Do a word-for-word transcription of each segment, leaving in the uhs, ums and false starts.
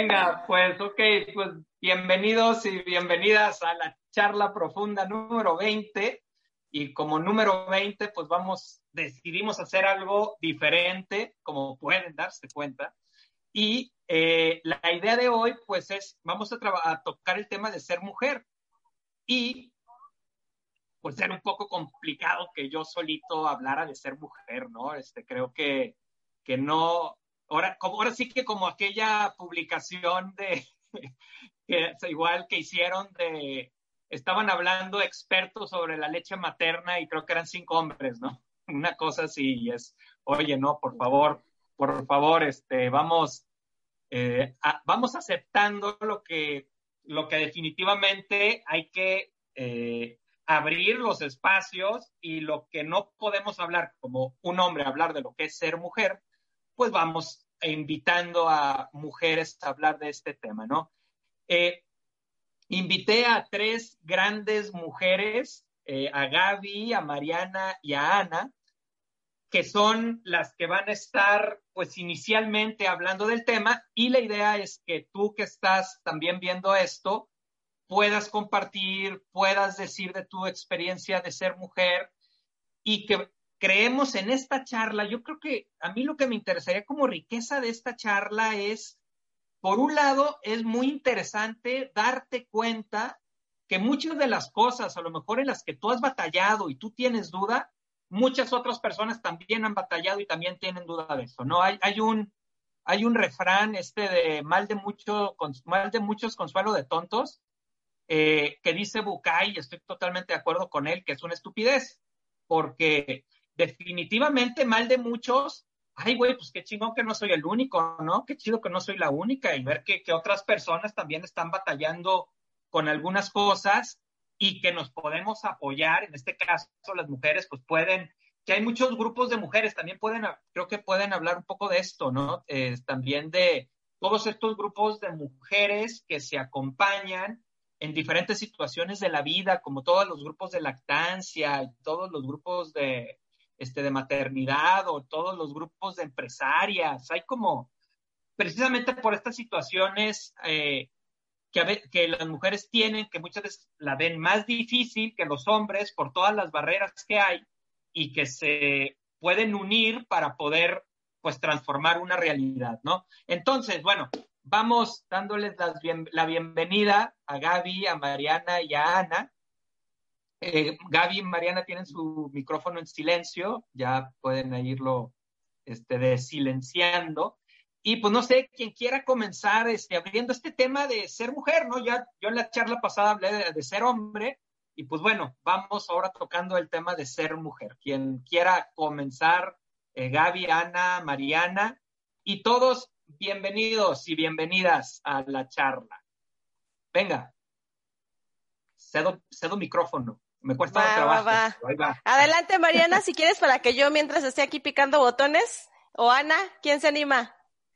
Venga, pues ok, pues bienvenidos y bienvenidas a la charla profunda número veinte. Y como número veinte, pues vamos, decidimos hacer algo diferente, como pueden darse cuenta. Y eh, la idea de hoy, pues es, vamos a, a tocar el tema de ser mujer. Y pues era un poco complicado que yo solito hablara de ser mujer, ¿no? Este, creo que, que no, ahora, como, ahora sí que como aquella publicación de, que igual que hicieron de, estaban hablando expertos sobre la leche materna y creo que eran cinco hombres, ¿no? Una cosa así, y es, oye, no, por favor, por favor, este, vamos, eh, a, vamos aceptando lo que, lo que definitivamente hay que eh, abrir los espacios, y lo que no podemos hablar como un hombre, hablar de lo que es ser mujer, pues vamos invitando a mujeres a hablar de este tema, ¿no? Eh, invité a tres grandes mujeres, eh, a Gaby, a Mariana y a Ana, que son las que van a estar, pues, inicialmente hablando del tema, y la idea es que tú que estás también viendo esto, puedas compartir, puedas decir de tu experiencia de ser mujer, y que creemos en esta charla. Yo creo que a mí lo que me interesaría como riqueza de esta charla es, por un lado, es muy interesante darte cuenta que muchas de las cosas, a lo mejor en las que tú has batallado y tú tienes duda, muchas otras personas también han batallado y también tienen duda de eso, ¿no? Hay, hay un, hay un refrán este de mal de, mucho, mal de muchos consuelo de tontos, eh, que dice Bucay, y estoy totalmente de acuerdo con él, que es una estupidez, porque definitivamente mal de muchos, ay, güey, pues qué chingón que no soy el único, ¿no? Qué chido que no soy la única, y ver que, que otras personas también están batallando con algunas cosas y que nos podemos apoyar. En este caso, las mujeres, pues pueden, que hay muchos grupos de mujeres, también pueden, creo que pueden hablar un poco de esto, ¿no? Eh, también de todos estos grupos de mujeres que se acompañan en diferentes situaciones de la vida, como todos los grupos de lactancia, todos los grupos de, este, de maternidad, o todos los grupos de empresarias. Hay como, precisamente por estas situaciones eh, que, a ve, que las mujeres tienen, que muchas veces la ven más difícil que los hombres por todas las barreras que hay, y que se pueden unir para poder, pues, transformar una realidad, ¿no? Entonces, bueno, vamos dándoles las bien, la bienvenida a Gaby, a Mariana y a Ana. Eh, Gaby y Mariana tienen su micrófono en silencio, ya pueden irlo este, desilenciando. Y pues no sé, quien quiera comenzar este, abriendo este tema de ser mujer, ¿no? Ya yo en la charla pasada hablé de, de ser hombre, y pues bueno, vamos ahora tocando el tema de ser mujer. Quien quiera comenzar, eh, Gaby, Ana, Mariana, y todos bienvenidos y bienvenidas a la charla. Venga, cedo, cedo micrófono. Me cuesta va, trabajo. Va, va. Ahí va. Adelante, Mariana, si quieres, para que yo mientras esté aquí picando botones. O Ana, ¿quién se anima?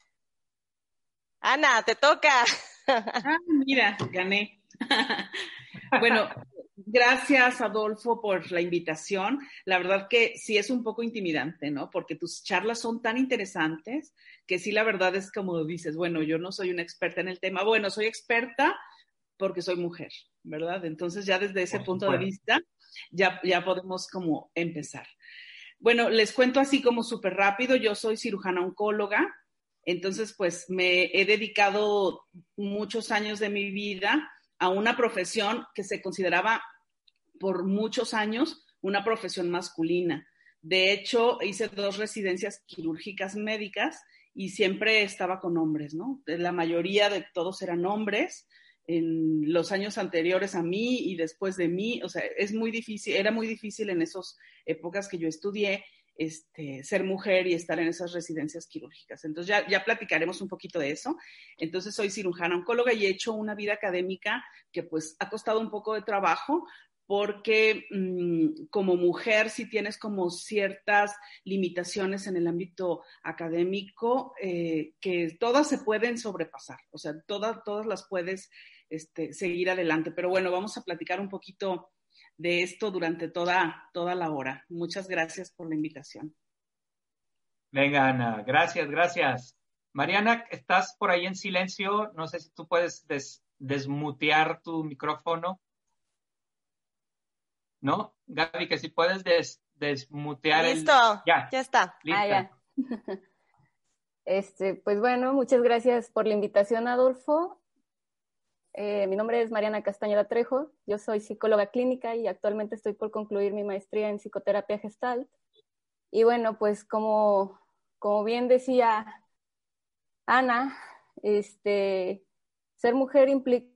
Ana, te toca. Ah, mira, gané. Bueno, gracias, Adolfo, por la invitación. La verdad que sí es un poco intimidante, ¿no? Porque tus charlas son tan interesantes que sí, la verdad es como dices, bueno, yo no soy una experta en el tema. Bueno, soy experta porque soy mujer, ¿verdad? Entonces ya desde ese punto de vista ya, ya podemos como empezar. Bueno, les cuento así como súper rápido. Yo soy cirujana oncóloga. Entonces, pues me he dedicado muchos años de mi vida a una profesión que se consideraba por muchos años una profesión masculina. De hecho, hice dos residencias quirúrgicas médicas y siempre estaba con hombres, ¿no? La mayoría de todos eran hombres en los años anteriores a mí y después de mí. O sea, es muy difícil, era muy difícil en esas épocas que yo estudié, Este, ser mujer y estar en esas residencias quirúrgicas. Entonces ya, ya platicaremos un poquito de eso. Entonces soy cirujana oncóloga y he hecho una vida académica que pues ha costado un poco de trabajo porque mmm, como mujer sí tienes como ciertas limitaciones en el ámbito académico eh, que todas se pueden sobrepasar, o sea, todas, todas las puedes este, seguir adelante. Pero bueno, vamos a platicar un poquito de esto durante toda, toda la hora. Muchas gracias por la invitación. Venga, Ana, gracias, gracias. Mariana, estás por ahí en silencio. No sé si tú puedes des, desmutear tu micrófono. ¿No? Gaby, que si puedes des, desmutear Listo, el... Ya, ya está. lista. Ah, ya. Este, pues bueno, muchas gracias por la invitación, Adolfo. Eh, mi nombre es Mariana Castañeda Trejo, yo soy psicóloga clínica y actualmente estoy por concluir mi maestría en psicoterapia gestalt. Y bueno, pues como, como bien decía Ana, este, ser mujer implica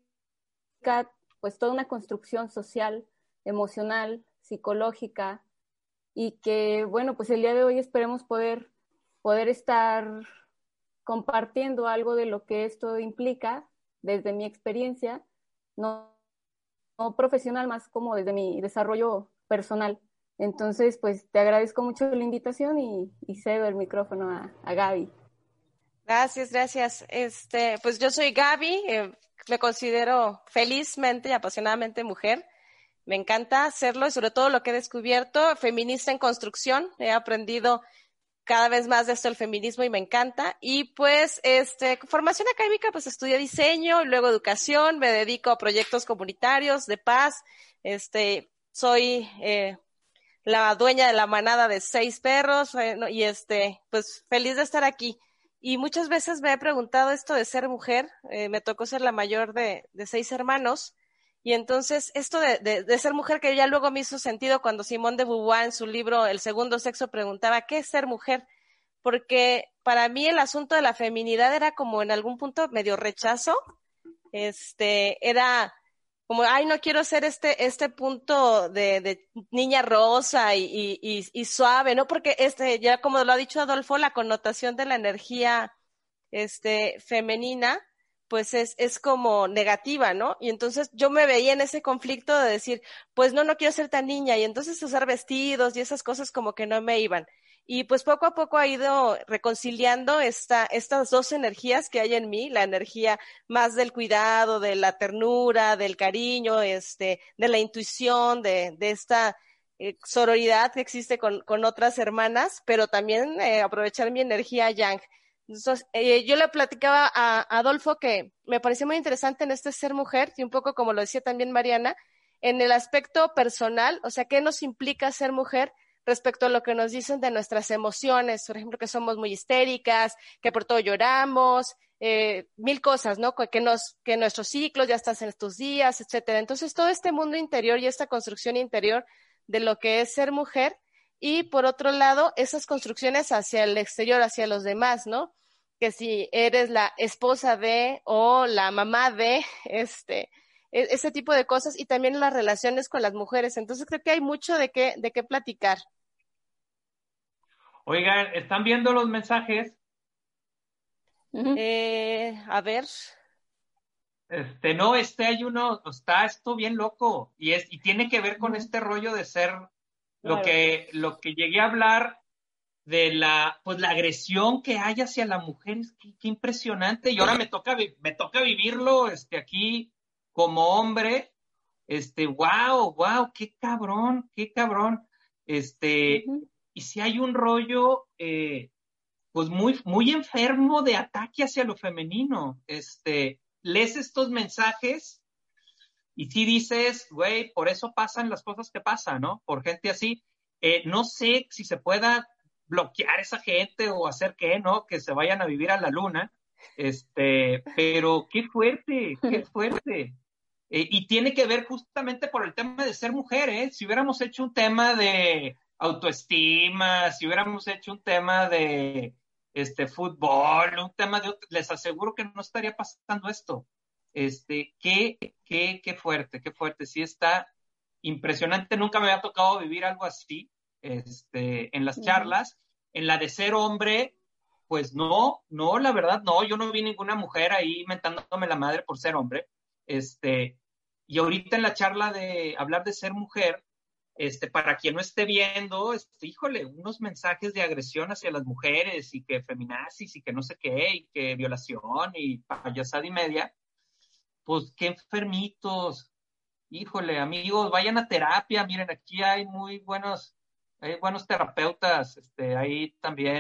pues toda una construcción social, emocional, psicológica, y que bueno, pues el día de hoy esperemos poder, poder estar compartiendo algo de lo que esto implica desde mi experiencia, no, no profesional, más como desde mi desarrollo personal. Entonces, pues te agradezco mucho la invitación y, y cedo el micrófono a, a Gaby. Gracias, gracias. Este, pues yo soy Gaby, eh, me considero felizmente y apasionadamente mujer. Me encanta hacerlo y sobre todo lo que he descubierto, feminista en construcción. He aprendido cada vez más de esto el feminismo y me encanta. Y pues, este, formación académica, pues estudié diseño, y luego educación, me dedico a proyectos comunitarios de paz. Este, soy eh, la dueña de la manada de seis perros, eh, no, y este, pues feliz de estar aquí. Y muchas veces me he preguntado esto de ser mujer, eh, me tocó ser la mayor de, de seis hermanos, y entonces esto de, de, de ser mujer que ya luego me hizo sentido cuando Simone de Beauvoir en su libro El segundo sexo preguntaba, ¿qué es ser mujer? Porque para mí el asunto de la feminidad era como en algún punto medio rechazo, este, era como, ay, no quiero ser este, este punto de, de niña rosa y, y, y, y suave, ¿no? Porque este, ya como lo ha dicho Adolfo, la connotación de la energía, este, femenina, pues es, es como negativa, ¿no? Y entonces yo me veía en ese conflicto de decir, pues no, no quiero ser tan niña, y entonces usar vestidos y esas cosas como que no me iban. Y pues poco a poco ha ido reconciliando esta, estas dos energías que hay en mí, la energía más del cuidado, de la ternura, del cariño, este, de la intuición, de, de esta eh, sororidad que existe con, con otras hermanas, pero también eh, aprovechar mi energía yang. Entonces, eh, yo le platicaba a, a Adolfo que me pareció muy interesante en este ser mujer, y un poco como lo decía también Mariana, en el aspecto personal, o sea, ¿qué nos implica ser mujer respecto a lo que nos dicen de nuestras emociones? Por ejemplo, que somos muy histéricas, que por todo lloramos, eh, mil cosas, ¿no? Que, nos, que nuestros ciclos ya están en estos días, etcétera. Entonces, todo este mundo interior y esta construcción interior de lo que es ser mujer, y por otro lado, esas construcciones hacia el exterior, hacia los demás, ¿no? Que si eres la esposa de o la mamá de, este, ese tipo de cosas, y también las relaciones con las mujeres. Entonces creo que hay mucho de qué, de qué platicar. Oigan, ¿están viendo los mensajes? Uh-huh. Eh, a ver. Este, no, este hay uno, está esto bien loco, y es, y tiene que ver con uh-huh. este rollo de ser lo claro. que, lo que llegué a hablar de la, pues la agresión que hay hacia la mujer, es que, qué impresionante, y ahora me toca, me toca vivirlo, este, aquí, como hombre, este, wow, wow, qué cabrón, qué cabrón, este, uh-huh. y si hay un rollo, eh, pues muy, muy enfermo de ataque hacia lo femenino, este, lees estos mensajes y si dices, güey, por eso pasan las cosas que pasan, ¿no? Por gente así, eh, no sé si se pueda bloquear a esa gente o hacer qué, ¿no? Que se vayan a vivir a la luna, este, pero qué fuerte, qué fuerte. Eh, y tiene que ver justamente por el tema de ser mujer, ¿eh? Si hubiéramos hecho un tema de autoestima, si hubiéramos hecho un tema de este fútbol, un tema de, les aseguro que no estaría pasando esto. Este, qué, qué, qué fuerte, qué fuerte. Sí está impresionante. Nunca me había tocado vivir algo así, este, en las charlas. Uh-huh. En la de ser hombre, pues no, no, la verdad, no. Yo no vi ninguna mujer ahí mentándome la madre por ser hombre. Este, y ahorita en la charla de hablar de ser mujer, este, para quien no esté viendo, este, híjole, unos mensajes de agresión hacia las mujeres y que feminazis y que no sé qué, y que violación y payasada y media, pues qué enfermitos, híjole, amigos, vayan a terapia, miren, aquí hay muy buenos, hay buenos terapeutas, este, hay también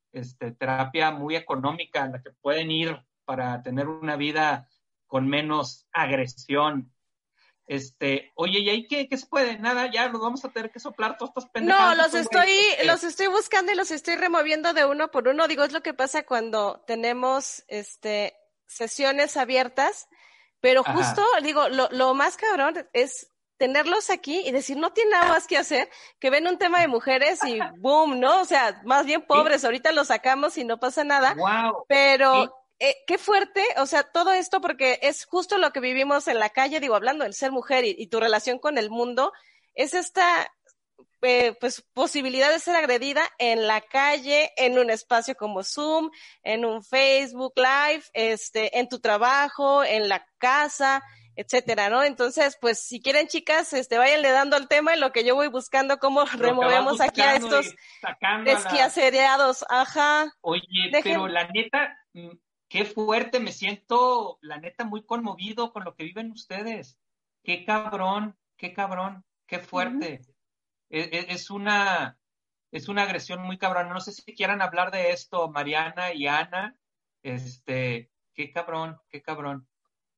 este, terapia muy económica en la que pueden ir para tener una vida con menos agresión. Este, oye, ¿y ahí qué, qué se puede? Nada, ya nos vamos a tener que soplar todas estas pendejadas. No, los estoy, los estoy buscando y los estoy removiendo de uno por uno. Digo, es lo que pasa cuando tenemos este sesiones abiertas, pero justo, Ajá. digo, lo, lo más cabrón es tenerlos aquí y decir, no tiene nada más que hacer, que ven un tema de mujeres y boom, ¿no? O sea, más bien pobres, ¿sí? Ahorita lo sacamos y no pasa nada. Wow. Pero ¿sí? Eh, qué fuerte, o sea, todo esto porque es justo lo que vivimos en la calle, digo, hablando del ser mujer y, y tu relación con el mundo, es esta eh, pues posibilidad de ser agredida en la calle, en un espacio como Zoom, en un Facebook Live, este, en tu trabajo, en la casa, etcétera, ¿no? Entonces, pues, si quieren, chicas, este, váyanle dando al tema en lo que yo voy buscando cómo lo removemos aquí a estos desquiacereados, ajá. Oye, Dejen... pero la neta, qué fuerte, me siento, la neta, muy conmovido con lo que viven ustedes. Qué cabrón, qué cabrón, qué fuerte. Uh-huh. Es, es una, es una agresión muy cabrón. No sé si quieran hablar de esto, Mariana y Ana. Este, qué cabrón, qué cabrón.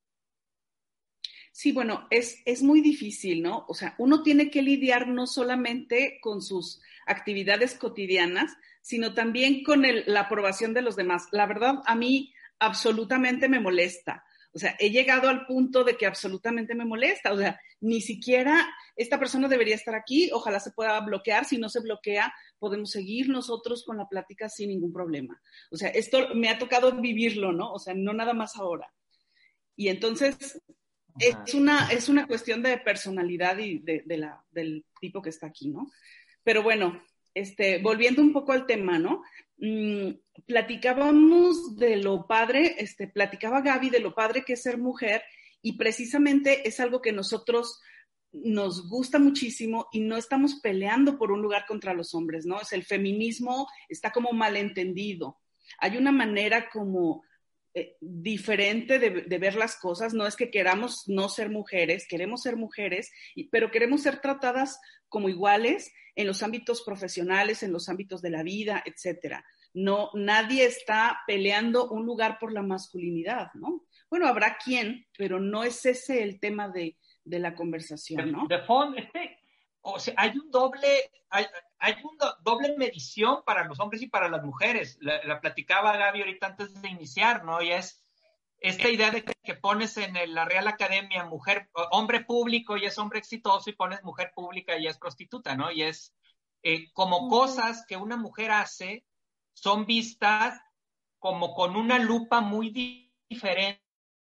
Sí, bueno, es, es muy difícil, ¿no? O sea, uno tiene que lidiar no solamente con sus actividades cotidianas, sino también con el, la aprobación de los demás. La verdad, a mí absolutamente me molesta. O sea, he llegado al punto de que absolutamente me molesta. O sea, ni siquiera esta persona debería estar aquí. Ojalá se pueda bloquear. Si no se bloquea, podemos seguir nosotros con la plática sin ningún problema. O sea, esto me ha tocado vivirlo, ¿no? O sea, no nada más ahora. Y entonces... Es una, es una cuestión de personalidad y de, de la, del tipo que está aquí, ¿no? Pero bueno, este, volviendo un poco al tema, ¿no? Mm, platicábamos de lo padre, este, platicaba Gaby de lo padre que es ser mujer y precisamente es algo que nosotros nos gusta muchísimo y no estamos peleando por un lugar contra los hombres, ¿no? Es el feminismo está como malentendido. Hay una manera como... Eh, diferente de, de ver las cosas, no es que queramos no ser mujeres, queremos ser mujeres, y, pero queremos ser tratadas como iguales en los ámbitos profesionales, en los ámbitos de la vida, etcétera. No, nadie está peleando un lugar por la masculinidad, ¿no? Bueno, habrá quien, pero no es ese el tema de, de la conversación, ¿no? De, de fondo, este, o sea, hay un doble, hay, hay una doble medición para los hombres y para las mujeres. La, la platicaba Gaby ahorita antes de iniciar, ¿no? Y es esta idea de que, que pones en el, la Real Academia mujer, hombre público y es hombre exitoso y pones mujer pública y es prostituta, ¿no? Y es eh, como uh-huh. cosas que una mujer hace son vistas como con una lupa muy di- diferente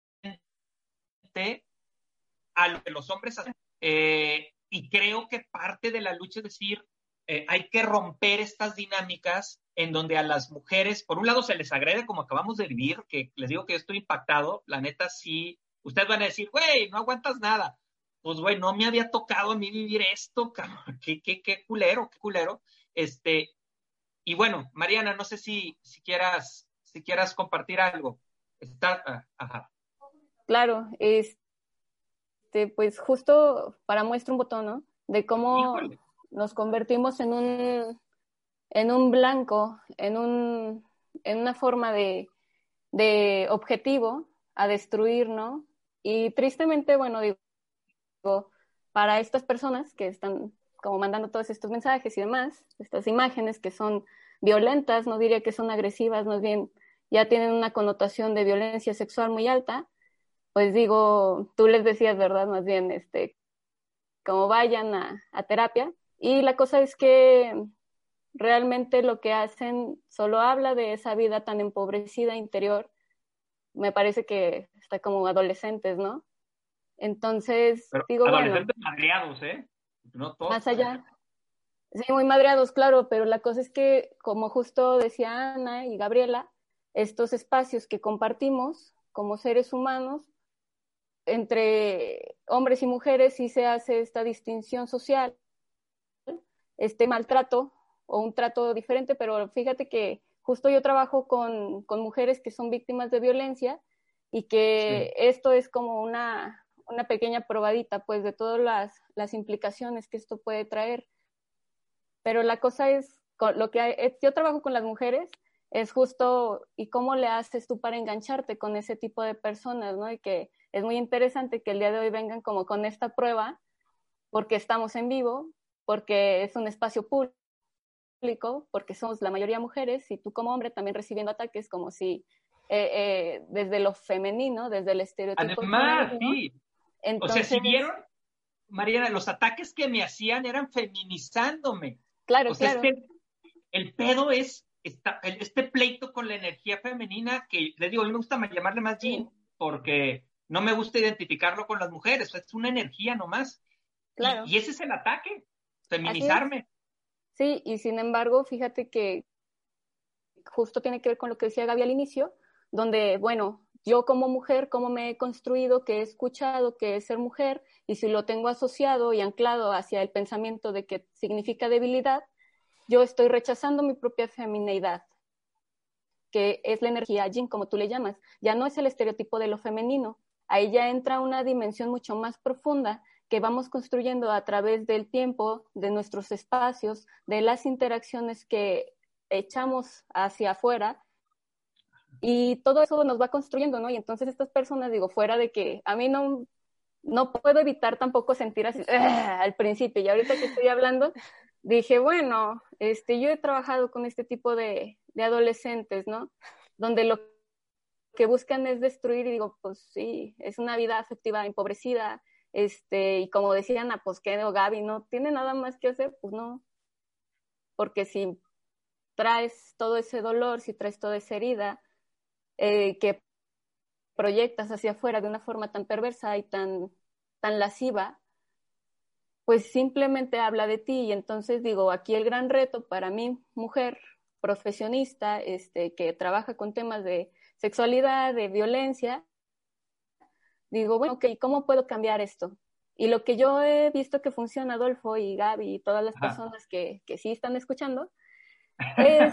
a lo que los hombres hacen. Eh, y creo que parte de la lucha es decir, eh, hay que romper estas dinámicas en donde a las mujeres, por un lado se les agrede como acabamos de vivir, que les digo que yo estoy impactado, la neta sí, ustedes van a decir, güey, no aguantas nada. Pues güey, no me había tocado a mí vivir esto, cabrón, qué, qué, qué culero, qué culero. Este, y bueno, Mariana, no sé si, si quieras, si quieras compartir algo. Está, ajá. Claro, es Este, pues justo para muestra un botón, ¿no? De cómo Híjole. nos convertimos en un, en un blanco, en, un, en una forma de, de objetivo a destruir, ¿no? Y tristemente, bueno, digo, para estas personas que están como mandando todos estos mensajes y demás, estas imágenes que son violentas, no diría que son agresivas, más bien ya tienen una connotación de violencia sexual muy alta, pues digo, tú les decías, ¿verdad? Más bien, este, como vayan a, a terapia. Y la cosa es que realmente lo que hacen solo habla de esa vida tan empobrecida interior. Me parece que está como adolescentes, ¿no? Entonces, Pero digo, adolescentes bueno. madreados, ¿eh? No todos. Más allá. Sí, muy madreados, claro, pero la cosa es que, como justo decía Ana y Gabriela, estos espacios que compartimos como seres humanos, entre hombres y mujeres sí se hace esta distinción social, este maltrato o un trato diferente, pero fíjate que justo yo trabajo con, con mujeres que son víctimas de violencia y que sí. Esto es como una, una pequeña probadita pues de todas las, las implicaciones que esto puede traer. Pero la cosa es, lo que hay, yo trabajo con las mujeres es justo, ¿y cómo le haces tú para engancharte con ese tipo de personas, ¿no? Y que es muy interesante que el día de hoy vengan como con esta prueba, porque estamos en vivo, porque es un espacio público, porque somos la mayoría mujeres, y tú como hombre también recibiendo ataques como si eh, eh, desde lo femenino, desde el estereotipo Además, femenino. sí. Entonces, o sea, si vieron, Mariana, los ataques que me hacían eran feminizándome. Claro, o sea, claro. Es que el pedo es esta, este pleito con la energía femenina que, les digo, a mí me gusta llamarle más yin, Sí. porque no me gusta identificarlo con las mujeres, es una energía nomás. Claro. Y, y ese es el ataque, Así feminizarme. es. Sí, y sin embargo, fíjate que justo tiene que ver con lo que decía Gaby al inicio, donde, bueno, yo como mujer, cómo me he construido, que he escuchado que es ser mujer, y si lo tengo asociado y anclado hacia el pensamiento de que significa debilidad, yo estoy rechazando mi propia femineidad, que es la energía yin, como tú le llamas. Ya no es el estereotipo de lo femenino, ahí ya entra una dimensión mucho más profunda que vamos construyendo a través del tiempo, de nuestros espacios, de las interacciones que echamos hacia afuera, y todo eso nos va construyendo, ¿no? Y entonces estas personas, digo, fuera de que a mí no, no puedo evitar tampoco sentir así al principio, y ahorita que estoy hablando, dije, bueno, este, yo he trabajado con este tipo de, de adolescentes, ¿no? Donde lo que buscan es destruir, y digo, pues sí, es una vida afectiva empobrecida, este, y como decía Ana, pues qué, o Gaby, ¿no tiene nada más que hacer? Pues no, porque si traes todo ese dolor, si traes toda esa herida, eh, que proyectas hacia afuera de una forma tan perversa y tan, tan lasciva, pues simplemente habla de ti. Y entonces digo, aquí el gran reto para mí, mujer profesionista, este, que trabaja con temas de sexualidad, de violencia, digo, bueno, ok, ¿cómo puedo cambiar esto? Y lo que yo he visto que funciona, Adolfo y Gaby y todas las Ajá. personas que, que sí están escuchando, es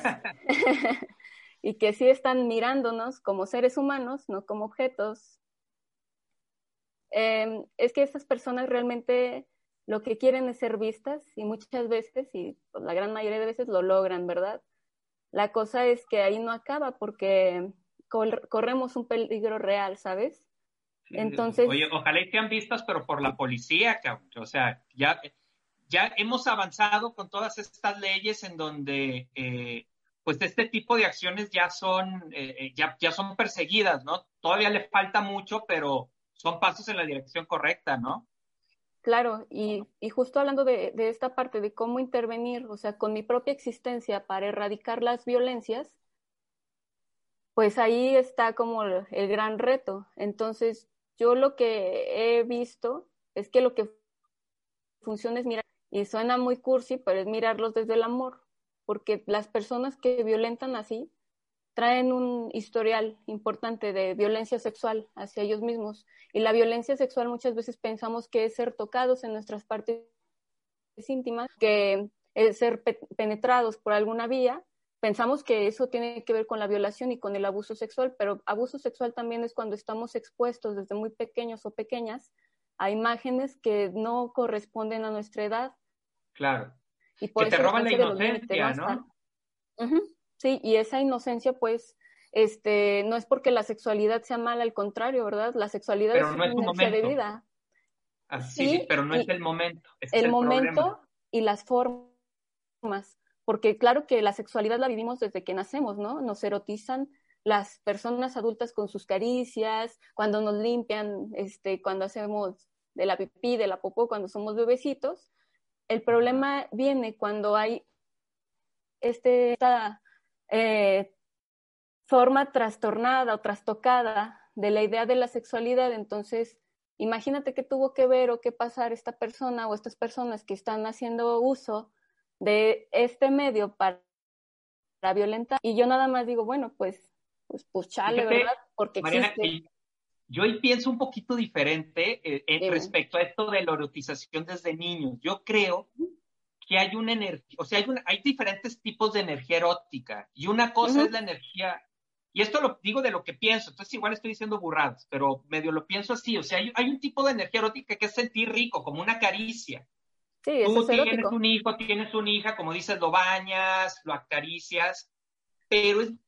y que sí están mirándonos como seres humanos, no como objetos, eh, es que esas personas realmente lo que quieren es ser vistas, y muchas veces, y pues, la gran mayoría de veces lo logran, ¿verdad? La cosa es que ahí no acaba, porque cor- corremos un peligro real, ¿sabes? Entonces, Oye, ojalá y sean vistas, pero por la policía, cabrón. O sea, ya, ya hemos avanzado con todas estas leyes en donde, eh, pues, este tipo de acciones ya son, eh, ya, ya son perseguidas, ¿no? Todavía le falta mucho, pero son pasos en la dirección correcta, ¿no? claro, y, y justo hablando de, de esta parte de cómo intervenir, o sea, con mi propia existencia para erradicar las violencias, pues ahí está como el, el gran reto. Entonces, yo lo que he visto es que lo que funciona es mirar, y suena muy cursi, pero es mirarlos desde el amor, porque las personas que violentan así traen un historial importante de violencia sexual hacia ellos mismos, y la violencia sexual muchas veces pensamos que es ser tocados en nuestras partes íntimas, que es ser pe- penetrados por alguna vía. Pensamos que eso tiene que ver con la violación y con el abuso sexual, pero abuso sexual también es cuando estamos expuestos desde muy pequeños o pequeñas a imágenes que no corresponden a nuestra edad. Claro. Y Que por te eso la roban la importancia de los límites, ¿no? inocencia, Hasta... ¿no? Uh-huh. Sí, y esa inocencia, pues, este, no es porque la sexualidad sea mala, al contrario, ¿verdad? La sexualidad Pero es no una es tu energía de momento. vida. Ah, sí, sí, Sí, pero no es y el momento. Ese es el el problema. momento y las formas, porque claro que la sexualidad la vivimos desde que nacemos, ¿no? Nos erotizan las personas adultas con sus caricias, cuando nos limpian, este, cuando hacemos de la pipí, de la popó, cuando somos bebecitos. El problema viene cuando hay este, esta eh, forma trastornada o trastocada de la idea de la sexualidad. Entonces, imagínate qué tuvo que ver o qué pasar esta persona o estas personas que están haciendo uso de este medio para, para violentar. Y yo nada más digo, bueno, pues, pues, pues chale, ¿verdad? Fíjate, Porque Mariana, existe. que yo ahí pienso un poquito diferente eh, eh, Dime. respecto a esto de la erotización desde niños. Yo creo que hay una energía, o sea, hay, una, hay diferentes tipos de energía erótica, y una cosa Uh-huh. es la energía, y esto lo digo de lo que pienso, entonces igual estoy diciendo burradas, pero medio lo pienso así. O sea, hay, hay un tipo de energía erótica que es sentir rico, como una caricia. Sí, eso Tú es tienes erótico. un hijo, tienes una hija, como dices, lo bañas, lo acaricias, pero es,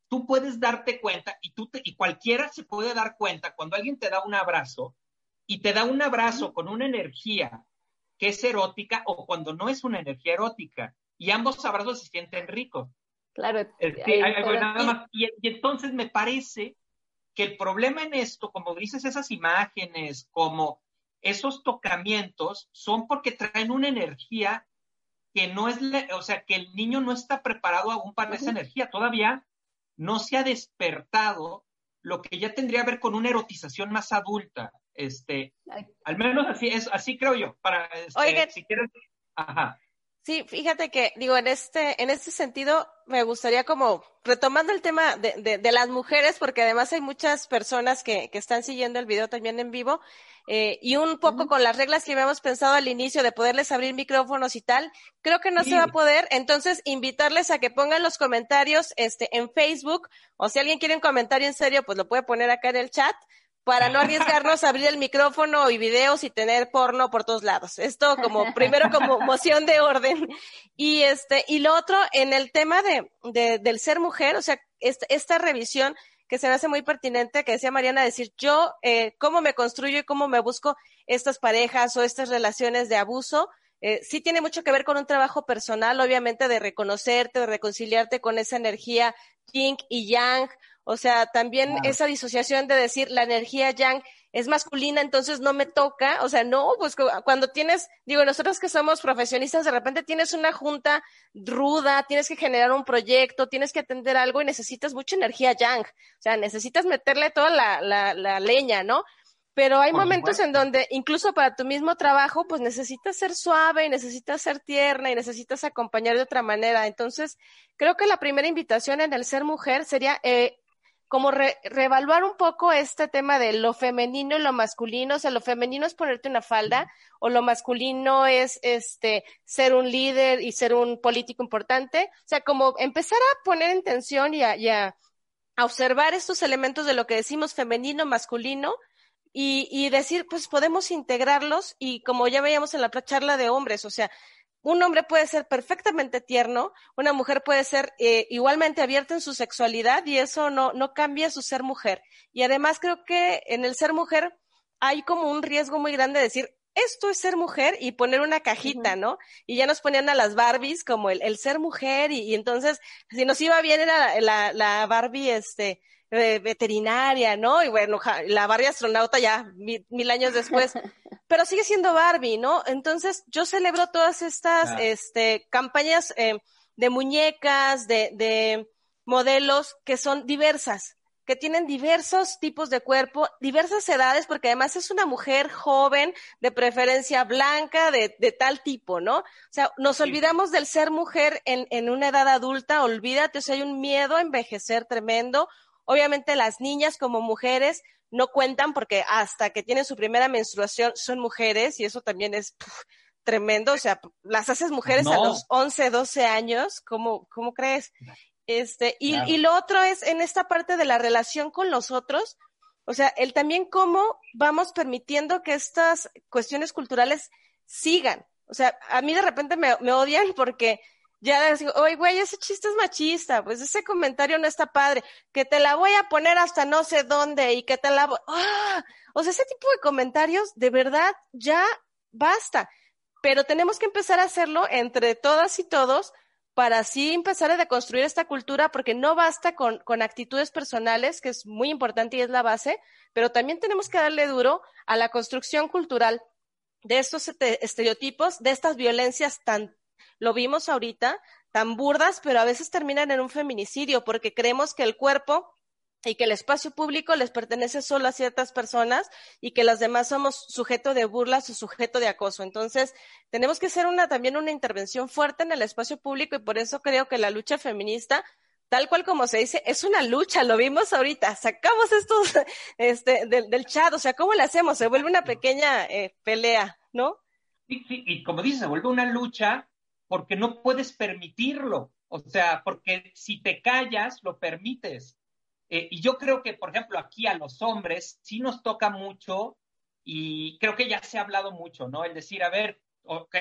tú puedes darte cuenta y, tú te, y cualquiera se puede dar cuenta cuando alguien te da un abrazo y te da un abrazo con una energía que es erótica o cuando no es una energía erótica. Y ambos abrazos se sienten ricos. Claro. Eh, sí, hay, hay, nada más. Y, y entonces me parece que el problema en esto, como dices, esas imágenes, como esos tocamientos, son porque traen una energía que no es, la, o sea, que el niño no está preparado aún para uh-huh. esa energía. Todavía no se ha despertado lo que ya tendría que ver con una erotización más adulta. Este, al menos así es, así creo yo. Para, este, Oigan, si quieres, ajá. Sí, fíjate que, digo, en este, en este sentido, me gustaría como, retomando el tema de, de, de las mujeres, porque además hay muchas personas que, que están siguiendo el video también en vivo, eh, y un poco uh-huh. con las reglas que habíamos pensado al inicio de poderles abrir micrófonos y tal, creo que no sí. se va a poder, entonces invitarles a que pongan los comentarios, este, en Facebook, o si alguien quiere un comentario en serio, pues lo puede poner acá en el chat, para no arriesgarnos a abrir el micrófono y videos y tener porno por todos lados. Esto como, primero como moción de orden. Y este, y lo otro, en el tema de, de, del ser mujer, o sea, esta, esta revisión que se me hace muy pertinente, que decía Mariana, decir, yo, eh, cómo me construyo y cómo me busco estas parejas o estas relaciones de abuso, eh, sí tiene mucho que ver con un trabajo personal, obviamente, de reconocerte, de reconciliarte con esa energía yin y yang. O sea, también claro. esa disociación de decir la energía yang es masculina, entonces no me toca. O sea, no, pues cuando tienes, digo, nosotros que somos profesionistas, de repente tienes una junta ruda, tienes que generar un proyecto, tienes que atender algo y necesitas mucha energía yang. O sea, necesitas meterle toda la, la, la leña, ¿no? Pero hay Por momentos supuesto. en donde, incluso para tu mismo trabajo, pues necesitas ser suave y necesitas ser tierna y necesitas acompañar de otra manera. Entonces, creo que la primera invitación en el ser mujer sería eh, como re, reevaluar un poco este tema de lo femenino y lo masculino. O sea, lo femenino es ponerte una falda, o lo masculino es este ser un líder y ser un político importante. O sea, como empezar a poner en tensión y a, y a, a observar estos elementos de lo que decimos femenino, masculino, y, y decir, pues podemos integrarlos, y como ya veíamos en la charla de hombres, o sea, un hombre puede ser perfectamente tierno, una mujer puede ser eh, igualmente abierta en su sexualidad, y eso no, no cambia su ser mujer. Y además creo que en el ser mujer hay como un riesgo muy grande de decir, esto es ser mujer, y poner una cajita, uh-huh. ¿no? Y ya nos ponían a las Barbies como el, el ser mujer, y, y entonces, si nos iba bien era la, la Barbie, este, eh, veterinaria, ¿no? Y bueno, la Barbie astronauta ya mil, mil años después, pero sigue siendo Barbie, ¿no? Entonces, yo celebro todas estas, ah. este, campañas eh, de muñecas, de, de modelos que son diversas, que tienen diversos tipos de cuerpo, diversas edades, porque además es una mujer joven, de preferencia blanca, de, de tal tipo, ¿no? O sea, nos sí. olvidamos del ser mujer en, en una edad adulta, olvídate, o sea, hay un miedo a envejecer tremendo. Obviamente las niñas como mujeres no cuentan porque hasta que tienen su primera menstruación son mujeres, y eso también es puf, tremendo, o sea, las haces mujeres no. a los once, doce años, ¿cómo, cómo crees? Este, y, claro. y lo otro es en esta parte de la relación con los otros, o sea, el también cómo vamos permitiendo que estas cuestiones culturales sigan. O sea, a mí de repente me, me odian porque ya digo, oye, güey, ese chiste es machista, pues ese comentario no está padre, que te la voy a poner hasta no sé dónde y que te la voy... ¡Ah! O sea, ese tipo de comentarios, de verdad, ya basta. Pero tenemos que empezar a hacerlo entre todas y todos, para así empezar a deconstruir esta cultura, porque no basta con, con actitudes personales, que es muy importante y es la base, pero también tenemos que darle duro a la construcción cultural de estos estereotipos, de estas violencias tan, lo vimos ahorita, tan burdas, pero a veces terminan en un feminicidio, porque creemos que el cuerpo y que el espacio público les pertenece solo a ciertas personas y que las demás somos sujeto de burlas o sujeto de acoso. Entonces, tenemos que hacer una, también una intervención fuerte en el espacio público, y por eso creo que la lucha feminista, tal cual como se dice, es una lucha, lo vimos ahorita, sacamos estos este, del, del chat, o sea, ¿cómo le hacemos? Se vuelve una pequeña eh, pelea, ¿no? Sí, sí, y como dices, se vuelve una lucha porque no puedes permitirlo, o sea, porque si te callas, lo permites. Eh, y yo creo que, por ejemplo, aquí a los hombres sí nos toca mucho, y creo que ya se ha hablado mucho, ¿no? El decir, a ver, okay,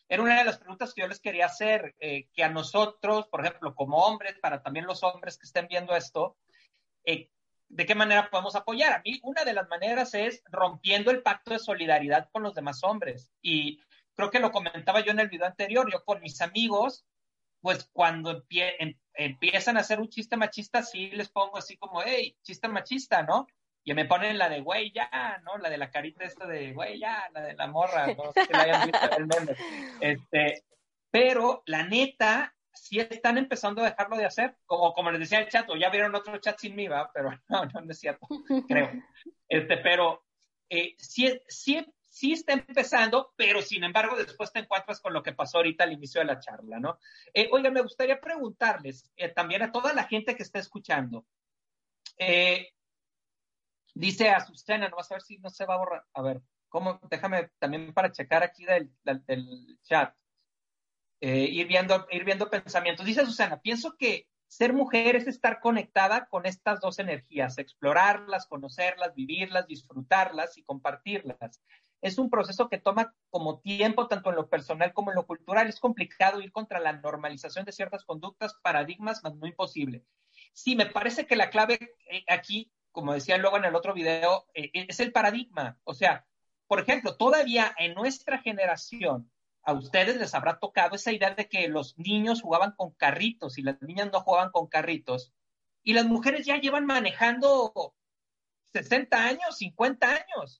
era una de las preguntas que yo les quería hacer, eh, que a nosotros, por ejemplo, como hombres, para también los hombres que estén viendo esto, eh, ¿de qué manera podemos apoyar? A mí, una de las maneras es rompiendo el pacto de solidaridad con los demás hombres. Y creo que lo comentaba yo en el video anterior, yo con mis amigos, pues cuando empie em empiezan a hacer un chiste machista, sí les pongo así como, hey, chiste machista, ¿no? Y me ponen la de, güey, ya, ¿no? La de la carita esta de, güey, ya, la de la morra, no sé si la hayan visto el meme. Este, pero la neta, sí están empezando a dejarlo de hacer, como, como les decía el chat, o ya vieron otro chat sin mí, ¿va? Pero no, no, no es cierto, creo. Este, pero eh, sí, sí, sí está empezando, pero sin embargo después te encuentras con lo que pasó ahorita al inicio de la charla, ¿no? Eh, oiga, me gustaría preguntarles eh, también a toda la gente que está escuchando, eh, dice Azucena, no vas a ver si no se va a borrar, a ver, ¿cómo? Déjame también para checar aquí del, del, del chat. Eh, ir, viendo, ir viendo pensamientos. Dice Susana, pienso que ser mujer es estar conectada con estas dos energías, explorarlas, conocerlas, vivirlas, disfrutarlas y compartirlas. Es un proceso que toma como tiempo, tanto en lo personal como en lo cultural. Es complicado ir contra la normalización de ciertas conductas, paradigmas, mas no imposible. Sí, me parece que la clave eh, aquí, como decía luego en el otro video, eh, es el paradigma. O sea, por ejemplo, todavía en nuestra generación, a ustedes les habrá tocado esa idea de que los niños jugaban con carritos y las niñas no jugaban con carritos. Y las mujeres ya llevan manejando sesenta años, cincuenta años.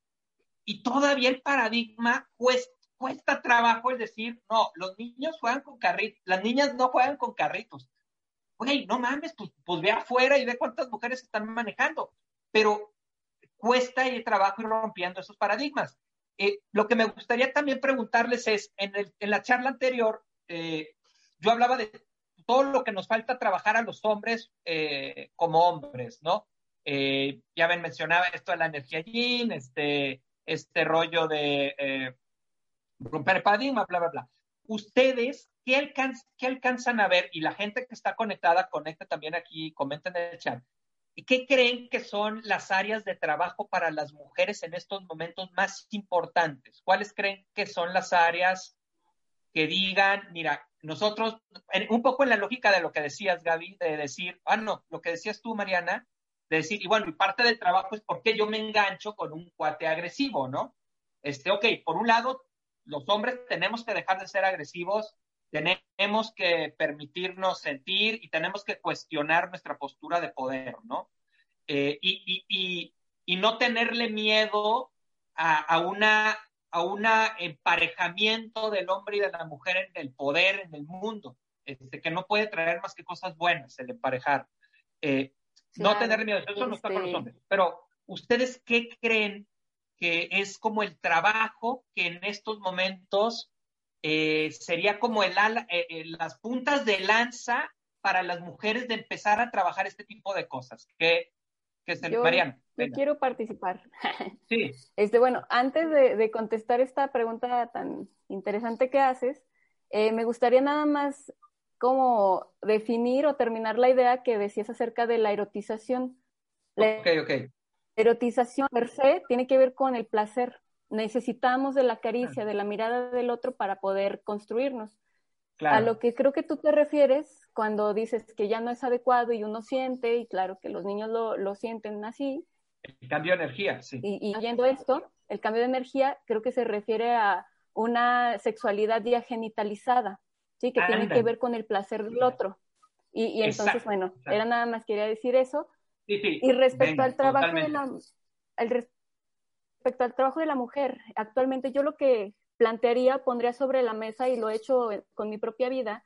Y todavía el paradigma cuesta, cuesta trabajo el decir, no, los niños juegan con carritos, las niñas no juegan con carritos. Güey, no mames, pues, pues ve afuera y ve cuántas mujeres están manejando. Pero cuesta el trabajo ir rompiendo esos paradigmas. Eh, lo que me gustaría también preguntarles es, en, el, en la charla anterior, eh, yo hablaba de todo lo que nos falta trabajar a los hombres eh, como hombres, ¿no? Eh, ya ven, mencionaba esto de la energía yin, este, este rollo de eh, romper el paradigma, bla, bla, bla. Ustedes, ¿qué, alcanz, ¿qué alcanzan a ver? Y la gente que está conectada, conecta también aquí, comenten en el chat. ¿Qué creen que son las áreas de trabajo para las mujeres en estos momentos más importantes? ¿Cuáles creen que son las áreas que digan, mira, nosotros, un poco en la lógica de lo que decías, Gaby, de decir, ah, no, lo que decías tú, Mariana, de decir, y bueno, y parte del trabajo es por qué yo me engancho con un cuate agresivo, ¿no? Este, ok, por un lado, los hombres tenemos que dejar de ser agresivos, tenemos que permitirnos sentir y tenemos que cuestionar nuestra postura de poder, ¿no? Eh, y, y, y, y no tenerle miedo a, a una a un emparejamiento del hombre y de la mujer en el poder, en el mundo, este, que no puede traer más que cosas buenas el emparejar. Eh, claro, no tenerle miedo, eso este... no está con los hombres. Pero, ¿ustedes qué creen que es como el trabajo que en estos momentos eh, sería como el ala, eh, eh, las puntas de lanza para las mujeres de empezar a trabajar este tipo de cosas? ¿Qué, qué es el, yo, Mariana? Yo quiero participar. Sí. Este, bueno, antes de, de contestar esta pregunta tan interesante que haces, eh, me gustaría nada más como definir o terminar la idea que decías acerca de la erotización. La ok, ok. erotización per se tiene que ver con el placer. Necesitamos de la caricia, de la mirada del otro para poder construirnos. Claro. A lo que creo que tú te refieres cuando dices que ya no es adecuado y uno siente, y claro que los niños lo, lo sienten así. El cambio de energía, sí. Y, y oyendo esto, el cambio de energía creo que se refiere a una sexualidad ya genitalizada, ¿sí? Que ah, tiene anda. que ver con el placer del otro. Y, y entonces, exacto, bueno, exacto. era nada más quería decir eso. Sí, sí. Y respecto Venga, al trabajo totalmente. de la el respecto al trabajo de la mujer, actualmente yo lo que plantearía, pondría sobre la mesa, y lo he hecho con mi propia vida,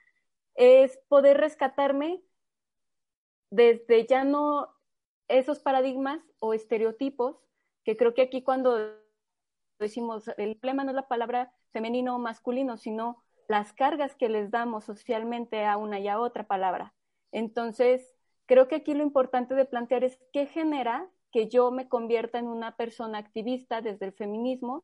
es poder rescatarme desde ya no esos paradigmas o estereotipos, que creo que aquí cuando decimos, el problema no es la palabra femenino o masculino, sino las cargas que les damos socialmente a una y a otra palabra. Entonces, creo que aquí lo importante de plantear es qué genera que yo me convierta en una persona activista desde el feminismo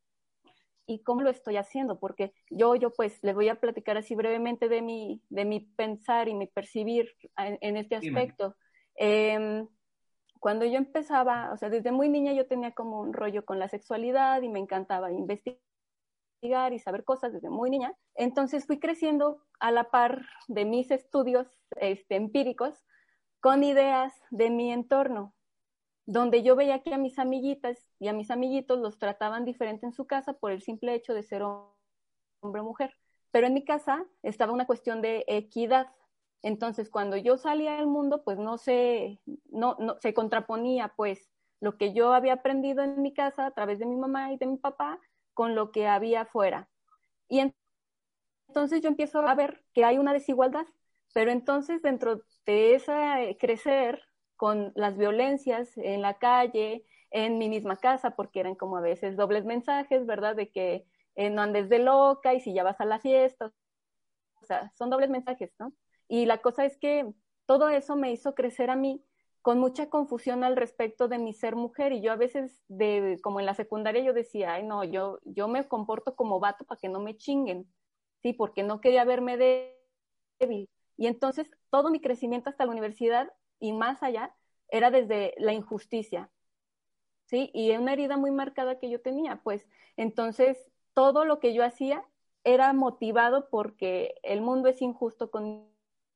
y cómo lo estoy haciendo, porque yo, yo pues les voy a platicar así brevemente de mi, de mi pensar y mi percibir en, en este aspecto. Eh, cuando yo empezaba, o sea, desde muy niña yo tenía como un rollo con la sexualidad y me encantaba investigar investigar y saber cosas desde muy niña. Entonces fui creciendo a la par de mis estudios este, empíricos con ideas de mi entorno, donde yo veía que a mis amiguitas y a mis amiguitos los trataban diferente en su casa por el simple hecho de ser hombre o mujer. Pero en mi casa estaba una cuestión de equidad. Entonces, cuando yo salía al mundo, pues no se, no, no, se contraponía, pues, lo que yo había aprendido en mi casa a través de mi mamá y de mi papá con lo que había afuera. Y en, entonces yo empiezo a ver que hay una desigualdad, pero entonces dentro de ese crecer con las violencias en la calle, en mi misma casa, porque eran como a veces dobles mensajes, ¿verdad? De que eh, no andes de loca y si ya vas a la fiesta, o sea, son dobles mensajes, ¿no? Y la cosa es que todo eso me hizo crecer a mí con mucha confusión al respecto de mi ser mujer, y yo a veces, de, como en la secundaria, yo decía, ay no, yo, yo me comporto como vato para que no me chinguen, sí, porque no quería verme débil. Y entonces todo mi crecimiento hasta la universidad y más allá era desde la injusticia, sí, y una herida muy marcada que yo tenía, pues entonces todo lo que yo hacía era motivado porque el mundo es injusto conmigo,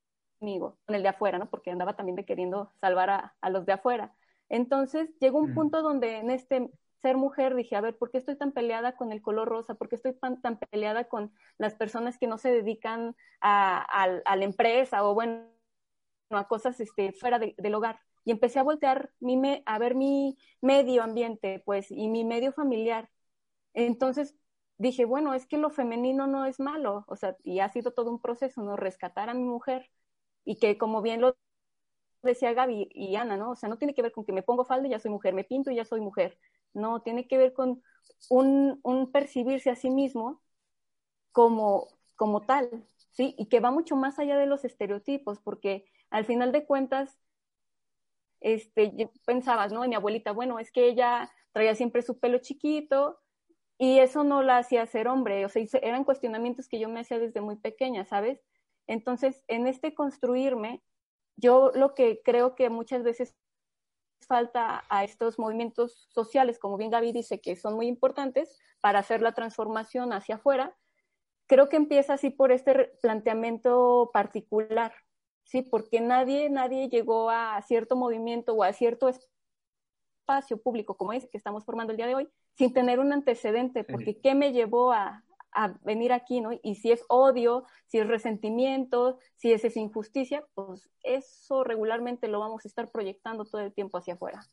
con el de afuera, ¿no? Porque andaba también de queriendo salvar a, a los de afuera. Entonces llegó un punto donde en este ser mujer dije, a ver, ¿por qué estoy tan peleada con el color rosa? ¿Por qué estoy tan, tan peleada con las personas que no se dedican a, a, a la empresa o bueno, a cosas este, fuera de, del hogar? Y empecé a voltear mi me, a ver mi medio ambiente, pues, y mi medio familiar. Entonces dije, bueno, es que lo femenino no es malo, o sea, y ha sido todo un proceso, ¿no? Rescatar a mi mujer, y que como bien lo decía Gaby y Ana, ¿no? O sea, no tiene que ver con que me pongo falda y ya soy mujer, me pinto y ya soy mujer. No, tiene que ver con un, un percibirse a sí mismo como, como tal, ¿sí? Y que va mucho más allá de los estereotipos, porque al final de cuentas, este, yo pensabas, ¿no? En mi abuelita, bueno, es que ella traía siempre su pelo chiquito y eso no la hacía ser hombre, o sea, eran cuestionamientos que yo me hacía desde muy pequeña, ¿sabes? Entonces, en este construirme, yo lo que creo que muchas veces falta a estos movimientos sociales, como bien Gaby dice, que son muy importantes para hacer la transformación hacia afuera, creo que empieza así por este planteamiento particular, ¿sí? Porque nadie, nadie llegó a cierto movimiento o a cierto espacio público como este que estamos formando el día de hoy sin tener un antecedente, porque ¿qué me llevó a, a venir aquí, ¿no? Y si es odio, si es resentimiento, si es esa injusticia, pues eso regularmente lo vamos a estar proyectando todo el tiempo hacia afuera.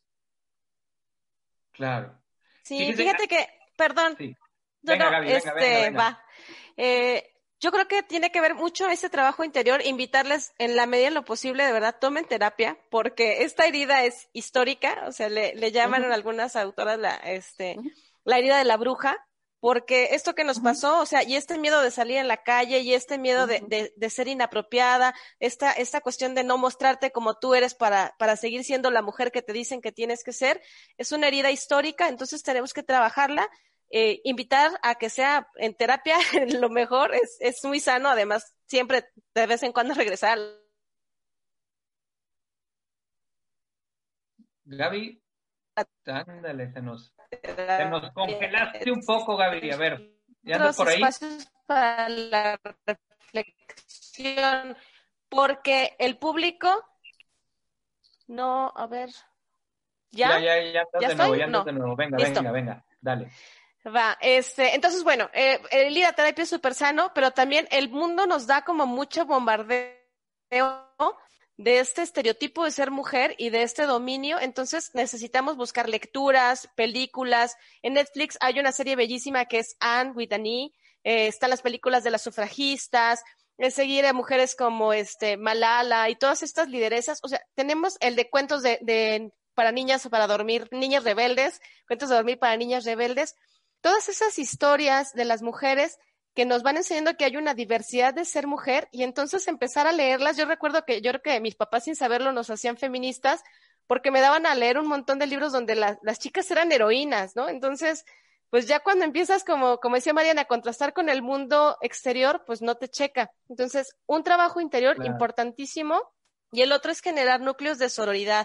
Claro. Sí, fíjate, fíjate que, perdón, sí. No, venga, no, Gaby, este, venga, venga, venga. va. Eh, yo creo que tiene que ver mucho ese trabajo interior, invitarles en la medida de lo posible, de verdad, tomen terapia, porque esta herida es histórica, o sea, le, le llaman uh-huh. algunas autoras la, este, uh-huh. la herida de la bruja, porque esto que nos uh-huh. pasó, o sea, y este miedo de salir en la calle, y este miedo uh-huh. de, de, de ser inapropiada, esta, esta cuestión de no mostrarte como tú eres para, para seguir siendo la mujer que te dicen que tienes que ser, es una herida histórica, entonces tenemos que trabajarla. Eh, invitar a que sea en terapia lo mejor, es, es muy sano, además siempre de vez en cuando regresar. Gaby, ándale, se nos, se nos congelaste un poco, Gaby, a ver, ¿ya andas por ahí? Espacios para la reflexión, porque el público, no, a ver, ¿ya? Ya, ya, ya, estás ¿Ya de estoy? nuevo, ya estás no. de nuevo, venga, Listo. venga, venga, dale. Va, este, entonces, bueno, eh, el ir a terapia es súper sano, pero también el mundo nos da como mucho bombardeo de este estereotipo de ser mujer y de este dominio, entonces necesitamos buscar lecturas, películas. En Netflix hay una serie bellísima que es Anne with an E, eh, están las películas de las sufragistas, es seguir a mujeres como este Malala y todas estas lideresas, o sea, tenemos el de cuentos de, de para niñas o para dormir, niñas rebeldes, cuentos de dormir para niñas rebeldes. Todas esas historias de las mujeres que nos van enseñando que hay una diversidad de ser mujer y entonces empezar a leerlas. Yo recuerdo que yo creo que mis papás sin saberlo nos hacían feministas porque me daban a leer un montón de libros donde la, las chicas eran heroínas, ¿no? Entonces, pues ya cuando empiezas, como, como decía Mariana, a contrastar con el mundo exterior, pues no te checa. Entonces, un trabajo interior claro. importantísimo y el otro es generar núcleos de sororidad.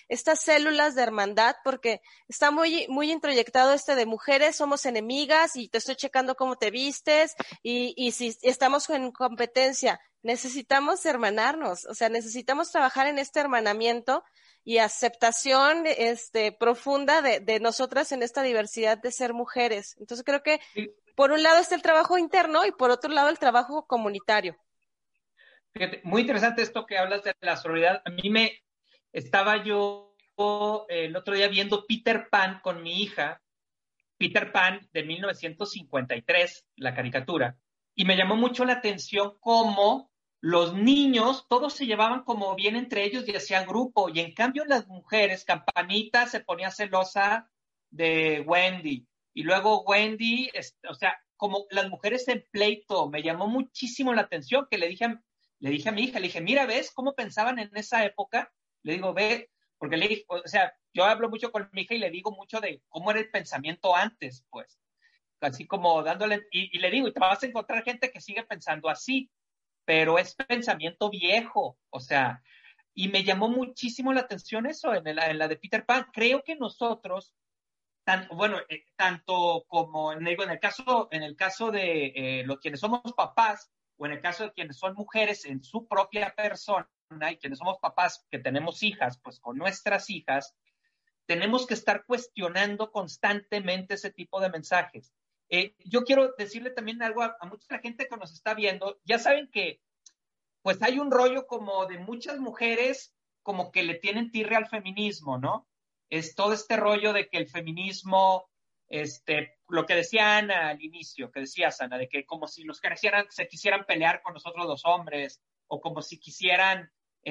estas células de hermandad, porque está muy, muy introyectado este de mujeres somos enemigas y te estoy checando cómo te vistes y, y si estamos en competencia, necesitamos hermanarnos, o sea, necesitamos trabajar en este hermanamiento y aceptación este, profunda de, de nosotras en esta diversidad de ser mujeres. Entonces creo que por un lado está el trabajo interno y por otro lado el trabajo comunitario. Fíjate, muy interesante esto que hablas de la sororidad. A mí me estaba yo eh, el otro día viendo Peter Pan con mi hija, Peter Pan de mil novecientos cincuenta y tres, la caricatura, y me llamó mucho la atención cómo los niños, todos se llevaban como bien entre ellos y hacían grupo, y en cambio las mujeres, Campanita se ponía celosa de Wendy, y luego Wendy, o sea, como las mujeres en pleito, me llamó muchísimo la atención, que le dije a, le dije a mi hija, le dije, mira, ¿ves cómo pensaban en esa época? Le digo, ve, porque le dije, o sea, yo hablo mucho con mi hija y le digo mucho de cómo era el pensamiento antes, pues, así como dándole, y, y le digo, y te vas a encontrar gente que sigue pensando así, pero es pensamiento viejo, o sea, y me llamó muchísimo la atención eso en, el, en la de Peter Pan. Creo que nosotros, tan, bueno, eh, tanto como en el, en el caso, en el caso de eh, los quienes somos papás, o en el caso de quienes son mujeres en su propia persona, y quienes somos papás que tenemos hijas, pues con nuestras hijas, tenemos que estar cuestionando constantemente ese tipo de mensajes. Eh, yo quiero decirle también algo a, a mucha gente que nos está viendo. Ya saben que pues hay un rollo como de muchas mujeres como que le tienen tirre al feminismo, ¿no? Es todo este rollo de que el feminismo, este, lo que decía Ana al inicio, que decías, Ana, de que como si los quisieran, se quisieran pelear con nosotros los hombres, o como si quisieran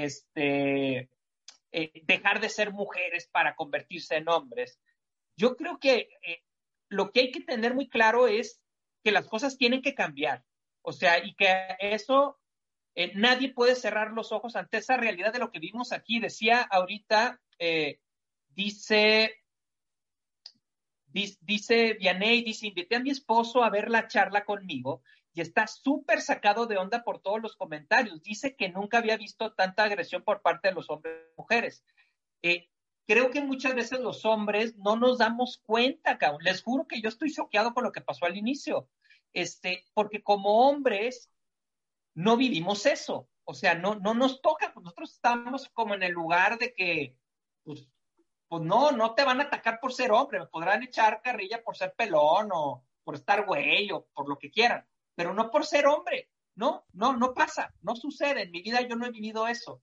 este, eh, dejar de ser mujeres para convertirse en hombres. Yo creo que eh, lo que hay que tener muy claro es que las cosas tienen que cambiar. O sea, y que eso, eh, nadie puede cerrar los ojos ante esa realidad de lo que vimos aquí. Decía ahorita, eh, dice, dice, dice Vianey, dice, invité a mi esposo a ver la charla conmigo y está súper sacado de onda por todos los comentarios. Dice que nunca había visto tanta agresión por parte de los hombres y mujeres. Eh, creo que muchas veces los hombres no nos damos cuenta, cabrón. Les juro que yo estoy choqueado con lo que pasó al inicio. Este, porque como hombres no vivimos eso. O sea, no, no nos toca. Pues nosotros estamos como en el lugar de que, pues, pues no, no te van a atacar por ser hombre. Me podrán echar carrilla por ser pelón o por estar güey o por lo que quieran, pero no por ser hombre. No, no, no pasa, no sucede. En mi vida yo no he vivido eso.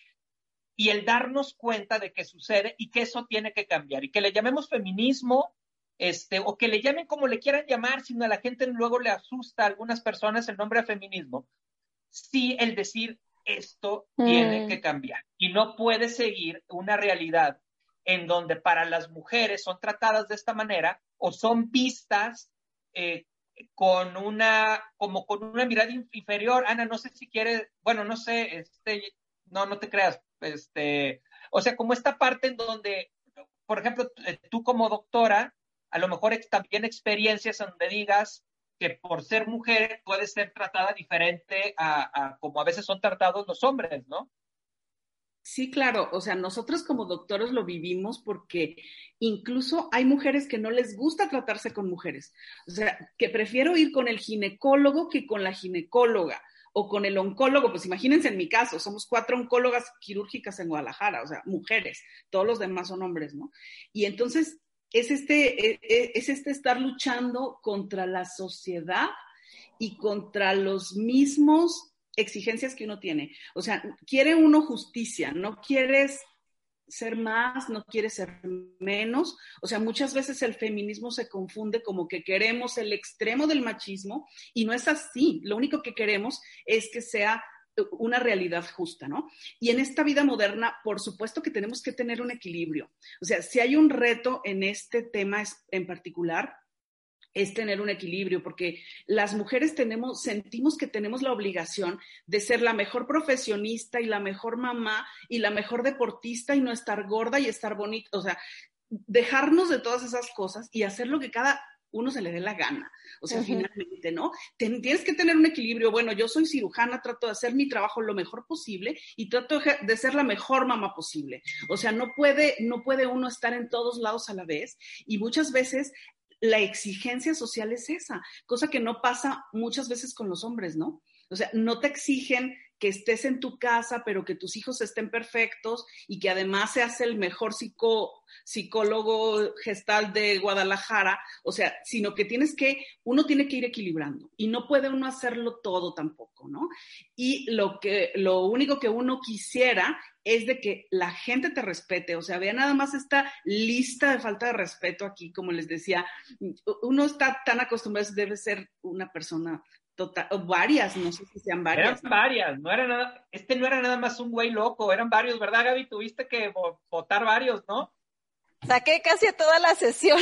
Y el darnos cuenta de que sucede y que eso tiene que cambiar. Y que le llamemos feminismo, este, o que le llamen como le quieran llamar, sino a la gente luego le asusta a algunas personas el nombre de feminismo. Sí, el decir esto mm. tiene que cambiar. Y no puede seguir una realidad en donde para las mujeres son tratadas de esta manera o son vistas eh, con una, como con una mirada inferior. Ana, no sé si quieres, bueno, no sé, este, no, no te creas, este, o sea, como esta parte en donde, por ejemplo, tú como doctora, a lo mejor también experiencias donde digas que por ser mujer puede ser tratada diferente a, a como a veces son tratados los hombres, ¿no? Sí, claro, o sea, nosotros como doctores lo vivimos porque incluso hay mujeres que no les gusta tratarse con mujeres, o sea, que prefiero ir con el ginecólogo que con la ginecóloga o con el oncólogo. Pues imagínense en mi caso, somos cuatro oncólogas quirúrgicas en Guadalajara, o sea, mujeres, todos los demás son hombres, ¿no? Y entonces es este, es este estar luchando contra la sociedad y contra los mismos exigencias que uno tiene. O sea, quiere uno justicia, no quieres ser más, no quieres ser menos. O sea, muchas veces el feminismo se confunde como que queremos el extremo del machismo y no es así. Lo único que queremos es que sea una realidad justa, ¿no? Y en esta vida moderna, por supuesto que tenemos que tener un equilibrio. O sea, si hay un reto en este tema en particular, es tener un equilibrio, porque las mujeres tenemos, sentimos que tenemos la obligación de ser la mejor profesionista y la mejor mamá y la mejor deportista y no estar gorda y estar bonita. O sea, dejarnos de todas esas cosas y hacer lo que cada uno se le dé la gana. O sea, uh-huh. finalmente, ¿no? Ten, tienes que tener un equilibrio. Bueno, yo soy cirujana, trato de hacer mi trabajo lo mejor posible y trato de ser la mejor mamá posible. O sea, no puede, no puede uno estar en todos lados a la vez, y muchas veces la exigencia social es esa, cosa que no pasa muchas veces con los hombres, ¿no? O sea, no te exigen que estés en tu casa, pero que tus hijos estén perfectos y que además seas el mejor psico, psicólogo gestal de Guadalajara, o sea, sino que tienes que, uno tiene que ir equilibrando y no puede uno hacerlo todo tampoco, ¿no? Y lo que, lo único que uno quisiera es de que la gente te respete, o sea, vea nada más esta lista de falta de respeto aquí, como les decía, uno está tan acostumbrado, debe ser una persona total, o varias, no sé si sean varias. Eran varias, no era nada, este no era nada más un güey loco, eran varios, ¿verdad, Gaby? Tuviste que votar varios, ¿no? Saqué casi a toda la sesión.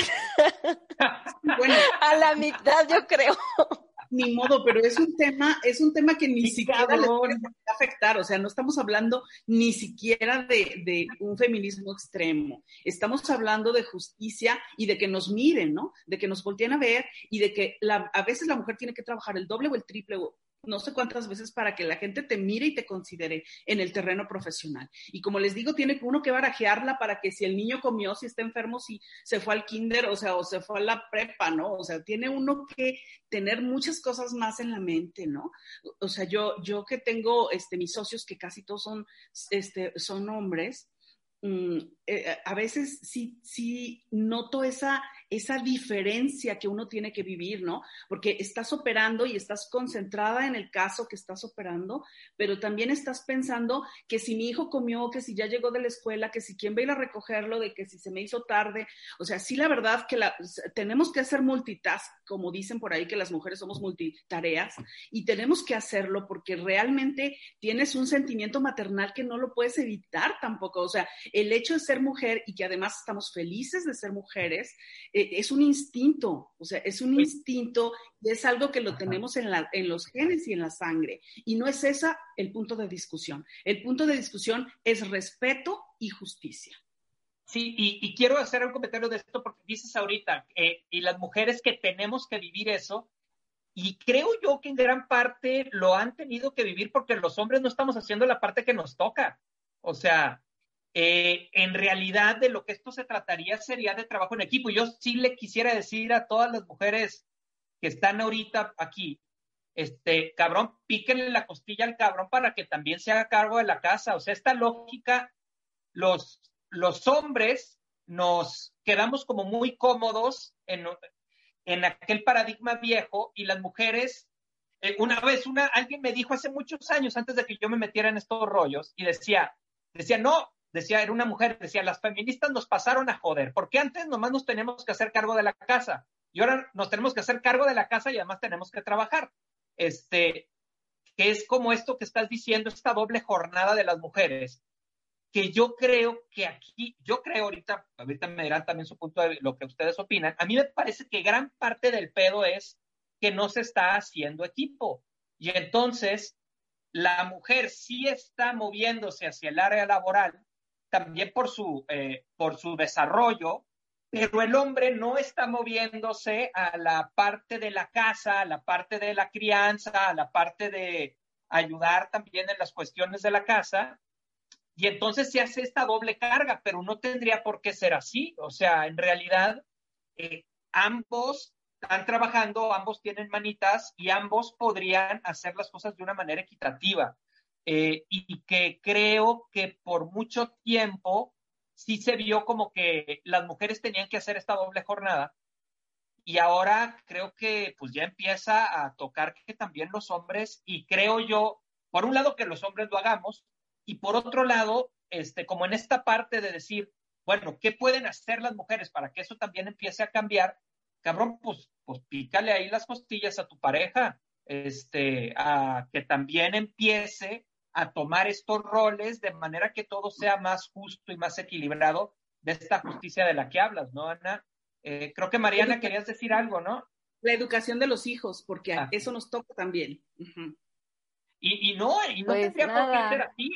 Bueno, a la mitad, yo creo. Ni modo, pero es un tema, es un tema que ni sí, siquiera les puede afectar, o sea, no estamos hablando ni siquiera de, de un feminismo extremo, estamos hablando de justicia y de que nos miren, ¿no? De que nos volteen a ver y de que la, a veces la mujer tiene que trabajar el doble o el triple o no sé cuántas veces para que la gente te mire y te considere en el terreno profesional. Y como les digo, tiene uno que barajearla para que si el niño comió, si está enfermo, si se fue al kinder, o sea, o se fue a la prepa, ¿no? O sea, tiene uno que tener muchas cosas más en la mente, ¿no? O sea, yo, yo que tengo este, mis socios, que casi todos son, este, son hombres, mm, eh, a veces sí, sí noto esa, esa diferencia que uno tiene que vivir, ¿no? Porque estás operando y estás concentrada en el caso que estás operando, pero también estás pensando que si mi hijo comió, que si ya llegó de la escuela, que si quién va a ir a recogerlo, de que si se me hizo tarde. O sea, sí, la verdad que la, tenemos que hacer multitask, como dicen por ahí que las mujeres somos multitareas, y tenemos que hacerlo porque realmente tienes un sentimiento maternal que no lo puedes evitar tampoco. O sea, el hecho de ser mujer y que además estamos felices de ser mujeres, eh, es un instinto, o sea, es un instinto y es algo que lo tenemos en, la, en los genes y en la sangre. Y no es ese el punto de discusión. El punto de discusión es respeto y justicia. Sí, y, y quiero hacer un comentario de esto porque dices ahorita, eh, y las mujeres que tenemos que vivir eso, y creo yo que en gran parte lo han tenido que vivir porque los hombres no estamos haciendo la parte que nos toca. O sea, Eh, en realidad de lo que esto se trataría sería de trabajo en equipo. Yo sí le quisiera decir a todas las mujeres que están ahorita aquí, este, cabrón, píquenle la costilla al cabrón para que también se haga cargo de la casa. O sea, esta lógica, los, los hombres nos quedamos como muy cómodos en, en aquel paradigma viejo y las mujeres, eh, una vez una, alguien me dijo hace muchos años, antes de que yo me metiera en estos rollos, y decía, decía, no, decía, era una mujer, decía, las feministas nos pasaron a joder, porque antes nomás nos teníamos que hacer cargo de la casa, y ahora nos tenemos que hacer cargo de la casa y además tenemos que trabajar. Este, que es como esto que estás diciendo, esta doble jornada de las mujeres, que yo creo que aquí, yo creo ahorita, ahorita me dirán también su punto de vista, lo que ustedes opinan, a mí me parece que gran parte del pedo es que no se está haciendo equipo, y entonces la mujer sí está moviéndose hacia el área laboral, también por su, eh, por su desarrollo, pero el hombre no está moviéndose a la parte de la casa, a la parte de la crianza, a la parte de ayudar también en las cuestiones de la casa, y entonces se hace esta doble carga, pero no tendría por qué ser así. O sea, en realidad, eh, ambos están trabajando, ambos tienen manitas y ambos podrían hacer las cosas de una manera equitativa. Eh, y que creo que por mucho tiempo sí se vio como que las mujeres tenían que hacer esta doble jornada, y ahora creo que pues ya empieza a tocar que también los hombres, y creo yo, por un lado que los hombres lo hagamos, y por otro lado, este, como en esta parte de decir, bueno, ¿qué pueden hacer las mujeres para que eso también empiece a cambiar? Cabrón, pues, pues pícale ahí las costillas a tu pareja, este, a que también empiece a tomar estos roles de manera que todo sea más justo y más equilibrado, de esta justicia de la que hablas, ¿no, Ana? Eh, creo que Mariana querías decir algo, ¿no? La educación de los hijos, porque ah. eso nos toca también. Uh-huh. Y, y no, y no pues tendría nada. por qué ser así.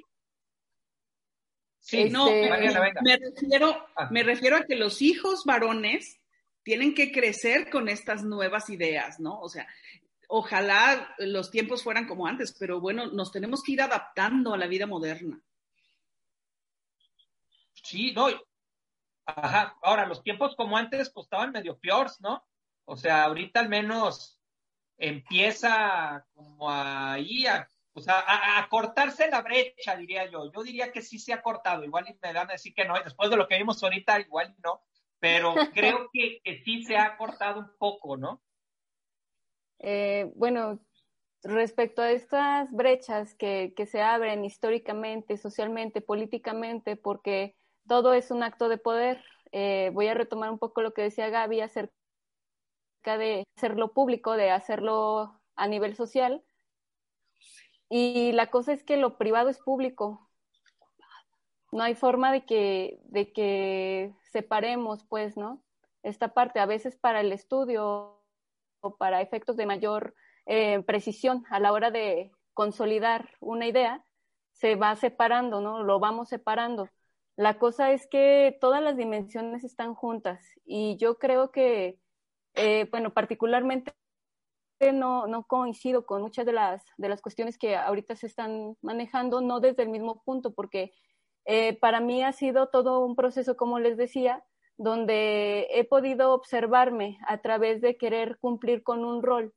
Sí, este... no, Mariana, venga. Me refiero, ah. me refiero a que los hijos varones tienen que crecer con estas nuevas ideas, ¿no? O sea, ojalá los tiempos fueran como antes, pero bueno, nos tenemos que ir adaptando a la vida moderna. Sí, no, ajá. Ahora, los tiempos como antes pues estaban medio peores, ¿no? O sea, ahorita al menos empieza como ahí a, pues a, a, a cortarse la brecha, diría yo. Yo diría que sí se ha cortado, igual y me dan a decir que no, y después de lo que vimos ahorita, igual no, pero creo que, que sí se ha cortado un poco, ¿no? Eh, bueno, respecto a estas brechas que, que se abren históricamente, socialmente, políticamente, porque todo es un acto de poder, eh, voy a retomar un poco lo que decía Gaby acerca de hacerlo público, de hacerlo a nivel social. Y la cosa es que lo privado es público. No hay forma de que, de que separemos, pues, ¿no? Esta parte, a veces para el estudio o para efectos de mayor eh, precisión a la hora de consolidar una idea, se va separando, ¿no? Lo vamos separando. La cosa es que todas las dimensiones están juntas y yo creo que, eh, bueno, particularmente no, no coincido con muchas de las, de las cuestiones que ahorita se están manejando, no desde el mismo punto, porque eh, para mí ha sido todo un proceso, como les decía, donde he podido observarme a través de querer cumplir con un rol.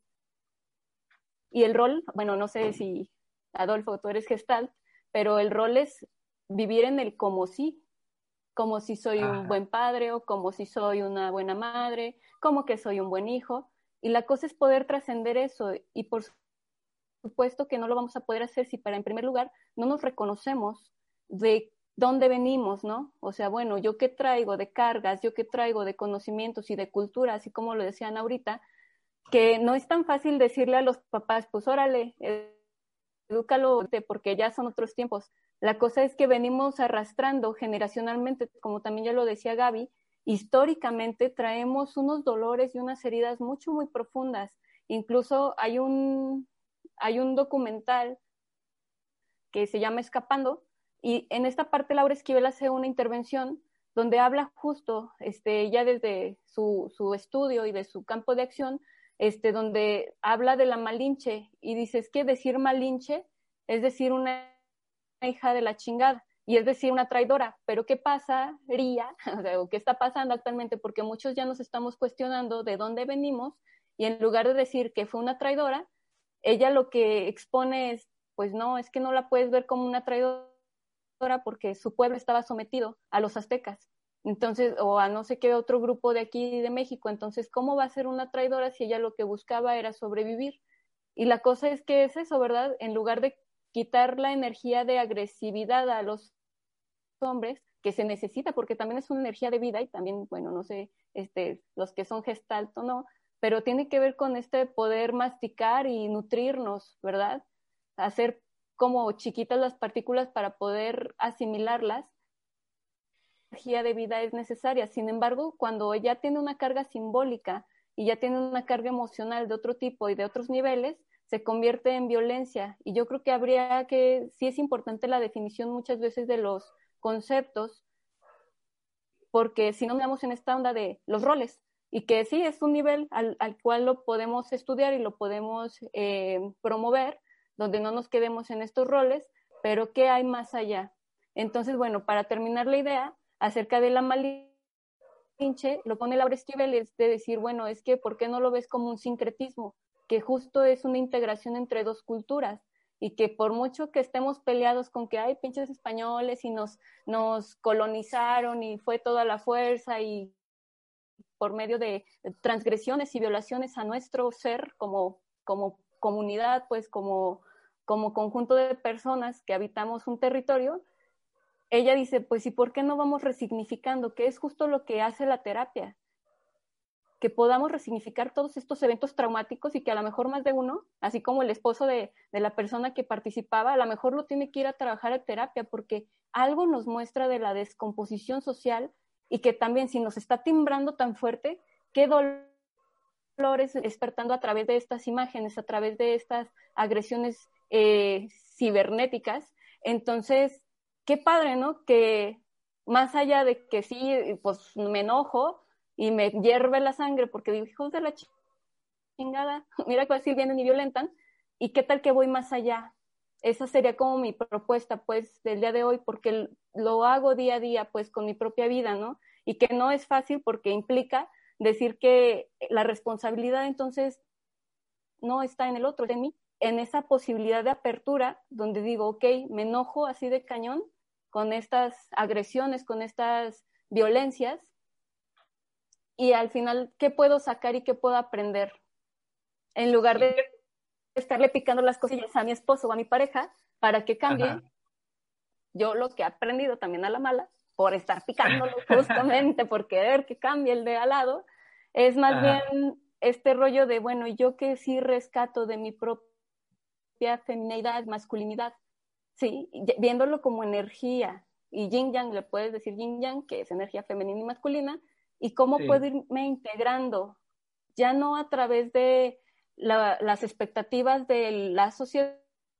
Y el rol, bueno, no sé si, Adolfo, tú eres Gestalt, pero el rol es vivir en el como si, como si soy un buen padre o como si soy una buena madre, como que soy un buen hijo. Y la cosa es poder trascender eso y por supuesto que no lo vamos a poder hacer si para, en primer lugar, no nos reconocemos de dónde venimos, ¿no? O sea, bueno, yo qué traigo de cargas, yo qué traigo de conocimientos y de cultura, así como lo decían ahorita, que no es tan fácil decirle a los papás, pues órale, edúcalo, porque ya son otros tiempos. La cosa es que venimos arrastrando generacionalmente, como también ya lo decía Gaby, históricamente traemos unos dolores y unas heridas mucho, muy profundas. Incluso hay un, hay un documental que se llama Escapando, y en esta parte Laura Esquivel hace una intervención donde habla justo, este, ya desde su, su estudio y de su campo de acción, este, donde habla de la Malinche, y dice, es que decir Malinche es decir una hija de la chingada, y es decir una traidora, pero ¿qué pasaría, o sea, qué está pasando actualmente? Porque muchos ya nos estamos cuestionando de dónde venimos, y en lugar de decir que fue una traidora, ella lo que expone es, pues no, es que no la puedes ver como una traidora porque su pueblo estaba sometido a los aztecas, entonces, o a no sé qué otro grupo de aquí de México, entonces, ¿cómo va a ser una traidora si ella lo que buscaba era sobrevivir? Y la cosa es que es eso, ¿verdad? En lugar de quitar la energía de agresividad a los hombres, que se necesita, porque también es una energía de vida, y también, bueno, no sé, este, los que son gestalt o no, pero tiene que ver con este poder masticar y nutrirnos, ¿verdad? Hacer como chiquitas las partículas para poder asimilarlas. La energía de vida es necesaria. Sin embargo, cuando ya tiene una carga simbólica y ya tiene una carga emocional de otro tipo y de otros niveles, se convierte en violencia. Y yo creo que habría que, sí es importante la definición muchas veces de los conceptos, porque si no miramos en esta onda de los roles, y que sí es un nivel al, al cual lo podemos estudiar y lo podemos eh, promover, donde no nos quedemos en estos roles, pero ¿qué hay más allá? Entonces, bueno, para terminar la idea acerca de la Malinche, lo pone Laura Esquivel, es de decir, bueno, es que ¿por qué no lo ves como un sincretismo? Que justo es una integración entre dos culturas, y que por mucho que estemos peleados con que hay pinches españoles y nos, nos colonizaron y fue toda la fuerza y por medio de transgresiones y violaciones a nuestro ser como, como comunidad, pues como, como conjunto de personas que habitamos un territorio, ella dice, pues ¿y por qué no vamos resignificando? Que es justo lo que hace la terapia, que podamos resignificar todos estos eventos traumáticos y que a lo mejor más de uno, así como el esposo de, de la persona que participaba, a lo mejor lo tiene que ir a trabajar a terapia porque algo nos muestra de la descomposición social y que también si nos está timbrando tan fuerte, qué dolores despertando a través de estas imágenes, a través de estas agresiones eh, cibernéticas. Entonces, qué padre, ¿no? Que más allá de que sí, pues me enojo, y me hierve la sangre porque digo, hijos de la chingada, mira que así vienen y violentan, y qué tal que voy más allá. Esa sería como mi propuesta, pues, del día de hoy, porque lo hago día a día, pues, con mi propia vida, ¿no? Y que no es fácil porque implica decir que la responsabilidad entonces no está en el otro, está en mí, en esa posibilidad de apertura donde digo, ok, me enojo así de cañón con estas agresiones, con estas violencias, y al final, ¿qué puedo sacar y qué puedo aprender? En lugar de estarle picando las cosillas a mi esposo o a mi pareja para que cambie, Ajá. yo lo que he aprendido también a la mala, por estar picándolo justamente, por querer que cambie el de al lado, es más Ajá. bien este rollo de, bueno, yo que sí rescato de mi propia feminidad, masculinidad, sí, viéndolo como energía, y yin yang, le puedes decir yin yang, que es energía femenina y masculina, y cómo sí. puedo irme integrando, ya no a través de la, las expectativas de la sociedad,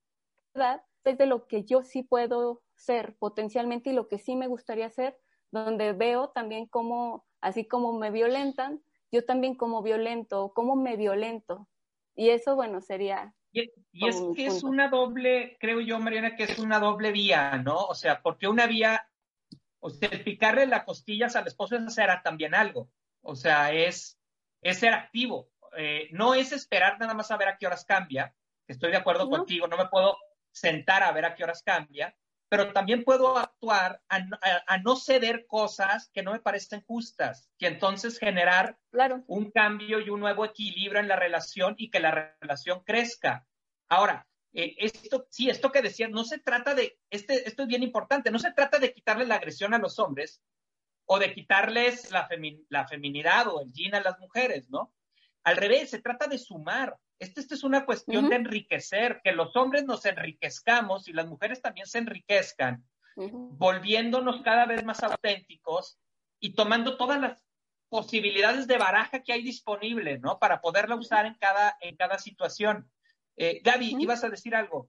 desde lo que yo sí puedo ser potencialmente y lo que sí me gustaría ser, donde veo también cómo, así como me violentan, yo también como violento, cómo me violento. Y eso, bueno, sería... Y, y es que es una doble, creo yo, Mariana, que es una doble vía, ¿no? O sea, porque una vía, o sea, el picarle las costillas al esposo es hacer también algo. O sea, es, es ser activo. Eh, no es esperar nada más a ver a qué horas cambia. Estoy de acuerdo ¿No? contigo, no me puedo sentar a ver a qué horas cambia, pero también puedo actuar a, a, a no ceder cosas que no me parecen justas, que entonces generar claro. un cambio y un nuevo equilibrio en la relación y que la relación crezca. Ahora, eh, esto, sí, esto que decías, no se trata de, este, esto es bien importante, no se trata de quitarle la agresión a los hombres o de quitarles la, femi, la feminidad o el yin a las mujeres, ¿no? Al revés, se trata de sumar. Esta este es una cuestión uh-huh. de enriquecer, que los hombres nos enriquezcamos y las mujeres también se enriquezcan, uh-huh. volviéndonos cada vez más auténticos y tomando todas las posibilidades de baraja que hay disponibles, ¿no? Para poderla usar en cada, en cada situación. Eh, Gaby, uh-huh. ¿ibas a decir algo?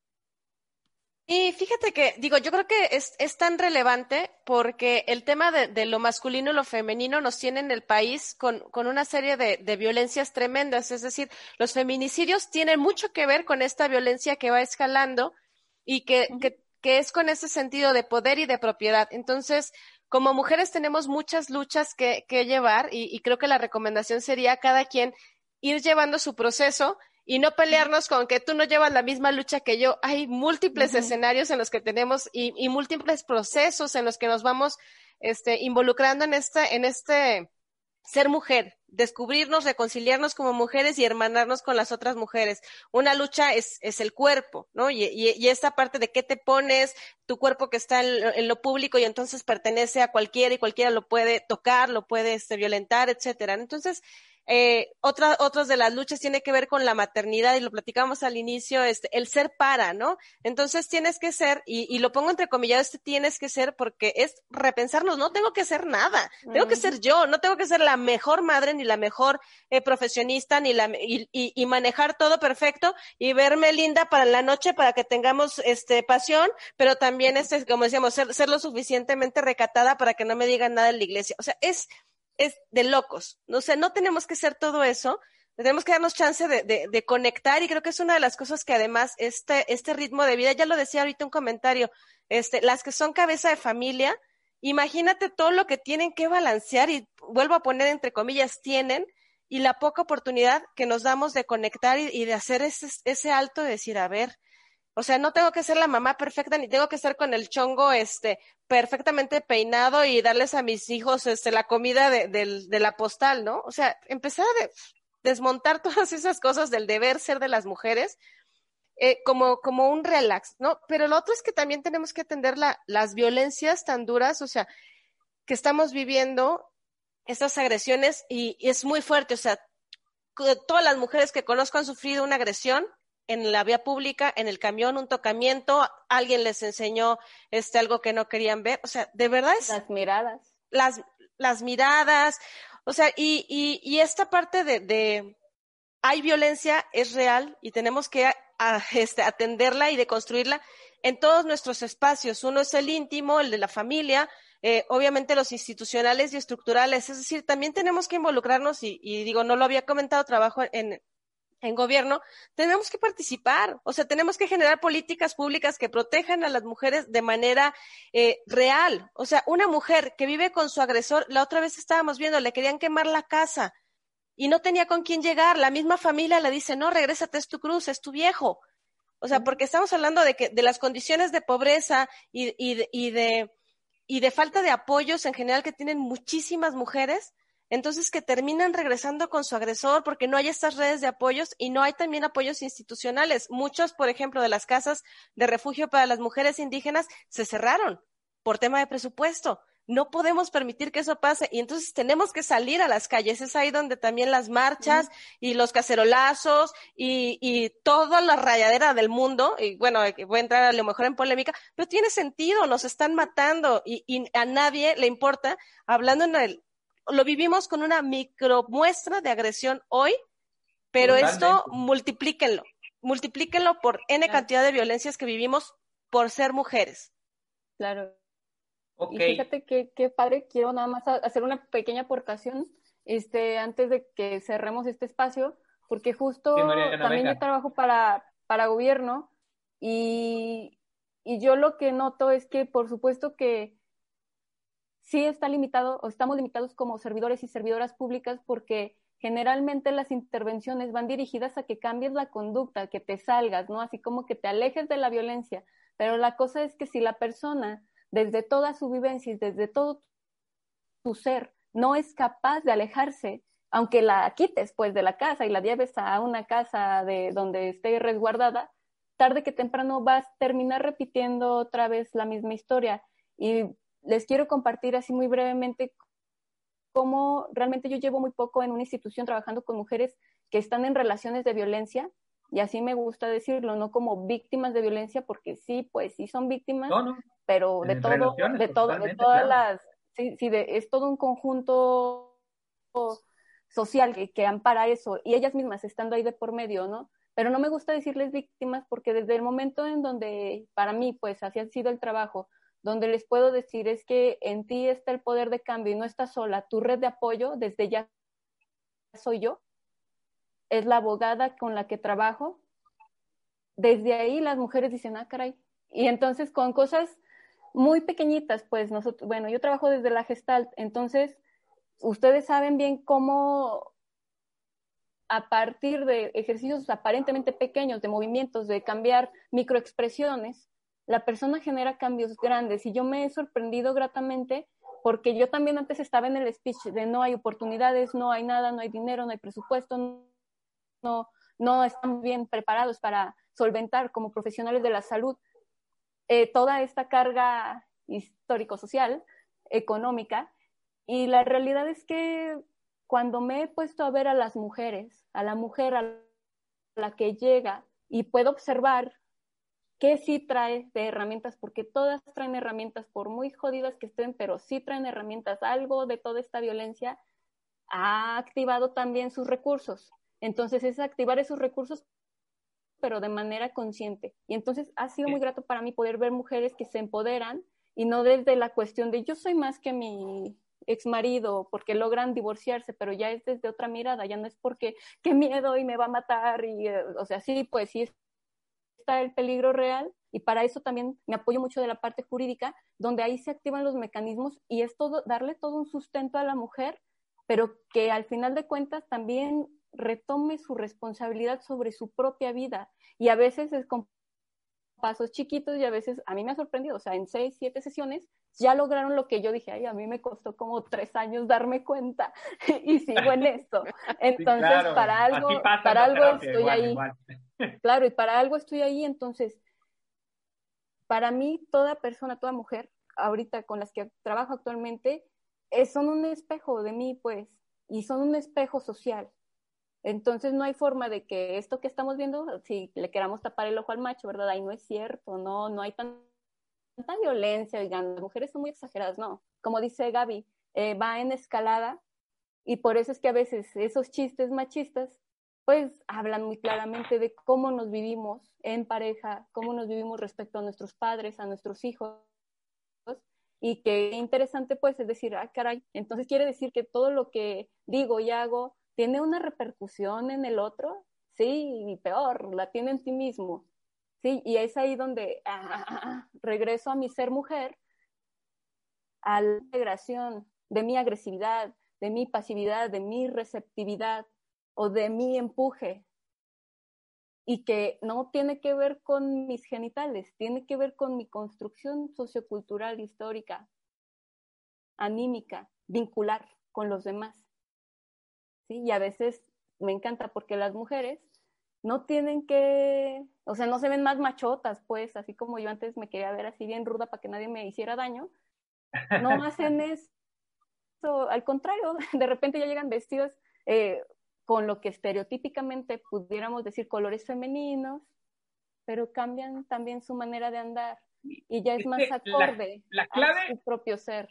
Y fíjate que, digo, yo creo que es, es tan relevante porque el tema de, de lo masculino y lo femenino nos tiene en el país con, con una serie de, de violencias tremendas. Es decir, los feminicidios tienen mucho que ver con esta violencia que va escalando y que, uh-huh. que, que es con ese sentido de poder y de propiedad. Entonces, como mujeres tenemos muchas luchas que, que llevar y, y creo que la recomendación sería cada quien ir llevando su proceso y no pelearnos con que tú no llevas la misma lucha que yo. Hay múltiples uh-huh. escenarios en los que tenemos y, y múltiples procesos en los que nos vamos este, involucrando en este, en este ser mujer, descubrirnos, reconciliarnos como mujeres y hermanarnos con las otras mujeres. Una lucha es, es el cuerpo, ¿no? Y, y, y esta parte de qué te pones, tu cuerpo que está en, en lo público y entonces pertenece a cualquiera y cualquiera lo puede tocar, lo puede este, violentar, etcétera. Entonces, Eh, otra, otras de las luchas tiene que ver con la maternidad y lo platicamos al inicio, este, el ser para, ¿no? Entonces tienes que ser, y, y lo pongo entre comillas, este tienes que ser porque es repensarnos, no tengo que ser nada, uh-huh. tengo que ser yo, no tengo que ser la mejor madre ni la mejor eh, profesionista ni la, y, y, y manejar todo perfecto y verme linda para la noche para que tengamos este pasión, pero también este, como decíamos, ser, ser lo suficientemente recatada para que no me digan nada en la iglesia. O sea, es es de locos, o sea, no tenemos que ser todo eso, tenemos que darnos chance de, de, de conectar y creo que es una de las cosas que además este, este ritmo de vida, ya lo decía ahorita un comentario, este, las que son cabeza de familia, imagínate todo lo que tienen que balancear y vuelvo a poner entre comillas tienen y la poca oportunidad que nos damos de conectar y, y de hacer ese, ese alto de decir, a ver, o sea, no tengo que ser la mamá perfecta, ni tengo que estar con el chongo este perfectamente peinado y darles a mis hijos este la comida de, de, de la postal, ¿no? O sea, empezar a de, desmontar todas esas cosas del deber ser de las mujeres eh, como, como un relax, ¿no? Pero lo otro es que también tenemos que atender la, las violencias tan duras, o sea, que estamos viviendo, estas agresiones, y, y es muy fuerte, o sea, todas las mujeres que conozco han sufrido una agresión en la vía pública, en el camión, un tocamiento, alguien les enseñó este algo que no querían ver, o sea, de verdad es... Las miradas. Las, las miradas, o sea, y, y, y esta parte de, de, hay violencia, es real, y tenemos que a, este, atenderla y deconstruirla en todos nuestros espacios. Uno es el íntimo, el de la familia, eh, obviamente los institucionales y estructurales, es decir, también tenemos que involucrarnos y, y digo, no lo había comentado, trabajo en, en gobierno, tenemos que participar, o sea, tenemos que generar políticas públicas que protejan a las mujeres de manera eh, real. O sea, una mujer que vive con su agresor, la otra vez estábamos viendo, le querían quemar la casa y no tenía con quién llegar, la misma familia le dice, no, regrésate, es tu cruz, es tu viejo. O sea, porque estamos hablando de que de las condiciones de pobreza y, y, de, y de y de falta de apoyos en general que tienen muchísimas mujeres, entonces que terminan regresando con su agresor porque no hay estas redes de apoyos y no hay también apoyos institucionales. Muchos, por ejemplo, de las casas de refugio para las mujeres indígenas se cerraron por tema de presupuesto. No podemos permitir que eso pase y entonces tenemos que salir a las calles. Es ahí donde también las marchas y los cacerolazos y, y toda la rayadera del mundo, y bueno, voy a entrar a lo mejor en polémica, pero tiene sentido, nos están matando y, y a nadie le importa. Hablando en el, lo vivimos con una micromuestra de agresión hoy, pero Totalmente. Esto multiplíquenlo, multiplíquenlo por N claro. cantidad de violencias que vivimos por ser mujeres. Claro. Okay. Y fíjate que, que padre, quiero nada más hacer una pequeña aportación este, antes de que cerremos este espacio, porque justo sí, Mariana, también venga. yo trabajo para, para gobierno y, y yo lo que noto es que por supuesto que sí está limitado, o estamos limitados como servidores y servidoras públicas porque generalmente las intervenciones van dirigidas a que cambies la conducta, que te salgas, ¿no? Así como que te alejes de la violencia, pero la cosa es que si la persona desde toda su vivencia y desde todo tu ser, no es capaz de alejarse, aunque la quites pues de la casa y la lleves a una casa de donde esté resguardada, tarde que temprano vas a terminar repitiendo otra vez la misma historia. Y les quiero compartir así muy brevemente cómo realmente yo llevo muy poco en una institución trabajando con mujeres que están en relaciones de violencia, y así me gusta decirlo, no como víctimas de violencia, porque sí, pues sí son víctimas, no, no. pero de en todo, de todo, de todas claro. las, sí, sí, de, es todo un conjunto social que, que ampara eso, y ellas mismas estando ahí de por medio, ¿no? Pero no me gusta decirles víctimas porque desde el momento en donde, para mí, pues así ha sido el trabajo, donde les puedo decir es que en ti está el poder de cambio y no estás sola, tu red de apoyo desde ya soy yo, es la abogada con la que trabajo. Desde ahí las mujeres dicen, ah, caray. Y entonces con cosas muy pequeñitas, pues nosotros, bueno, yo trabajo desde la Gestalt, entonces ustedes saben bien cómo a partir de ejercicios aparentemente pequeños, de movimientos, de cambiar microexpresiones, la persona genera cambios grandes. Y yo me he sorprendido gratamente porque yo también antes estaba en el speech de no hay oportunidades, no hay nada, no hay dinero, no hay presupuesto, no, no están bien preparados para solventar como profesionales de la salud eh, toda esta carga histórico-social, económica. Y la realidad es que cuando me he puesto a ver a las mujeres, a la mujer a la que llega y puedo observar qué sí trae de herramientas, porque todas traen herramientas, por muy jodidas que estén, pero sí traen herramientas, algo de toda esta violencia ha activado también sus recursos. Entonces es activar esos recursos, pero de manera consciente. Y entonces ha sido muy grato para mí poder ver mujeres que se empoderan y no desde la cuestión de yo soy más que mi ex marido, porque logran divorciarse, pero ya es desde otra mirada, ya no es porque qué miedo y me va a matar, y, o sea, sí, pues sí está el peligro real, y para eso también me apoyo mucho de la parte jurídica, donde ahí se activan los mecanismos y es todo, darle todo un sustento a la mujer, pero que al final de cuentas también retome su responsabilidad sobre su propia vida, y a veces es con pasos chiquitos y a veces a mí me ha sorprendido, o sea, en seis, siete sesiones ya lograron lo que yo dije, ay, a mí me costó como tres años darme cuenta y sigo en esto. Entonces, sí, claro. para algo, para algo terapia, estoy igual, ahí. Igual. Claro, y para algo estoy ahí. Entonces, para mí, toda persona, toda mujer, ahorita con las que trabajo actualmente, eh, son un espejo de mí, pues, y son un espejo social. Entonces no hay forma de que esto que estamos viendo, si le queramos tapar el ojo al macho, ¿verdad? Ahí no es cierto, no, no hay tan, tanta violencia, oigan, las mujeres son muy exageradas, no. Como dice Gaby, eh, va en escalada y por eso es que a veces esos chistes machistas, pues hablan muy claramente de cómo nos vivimos en pareja, cómo nos vivimos respecto a nuestros padres, a nuestros hijos, Y qué interesante, pues, es decir, ah, caray, entonces quiere decir que todo lo que digo y hago tiene una repercusión en el otro, sí, y peor, la tiene en ti mismo, sí, y es ahí donde ah, ah, ah, regreso a mi ser mujer, a la integración de mi agresividad, de mi pasividad, de mi receptividad o de mi empuje, y que no tiene que ver con mis genitales, tiene que ver con mi construcción sociocultural, histórica, anímica, vincular con los demás. ¿Sí? Y a veces me encanta porque las mujeres no tienen que, o sea, no se ven más machotas, pues, así como yo antes me quería ver así bien ruda para que nadie me hiciera daño, no hacen eso, al contrario, de repente ya llegan vestidos eh, con lo que estereotípicamente pudiéramos decir colores femeninos, pero cambian también su manera de andar y ya es, es más acorde la, la clave, a su propio ser.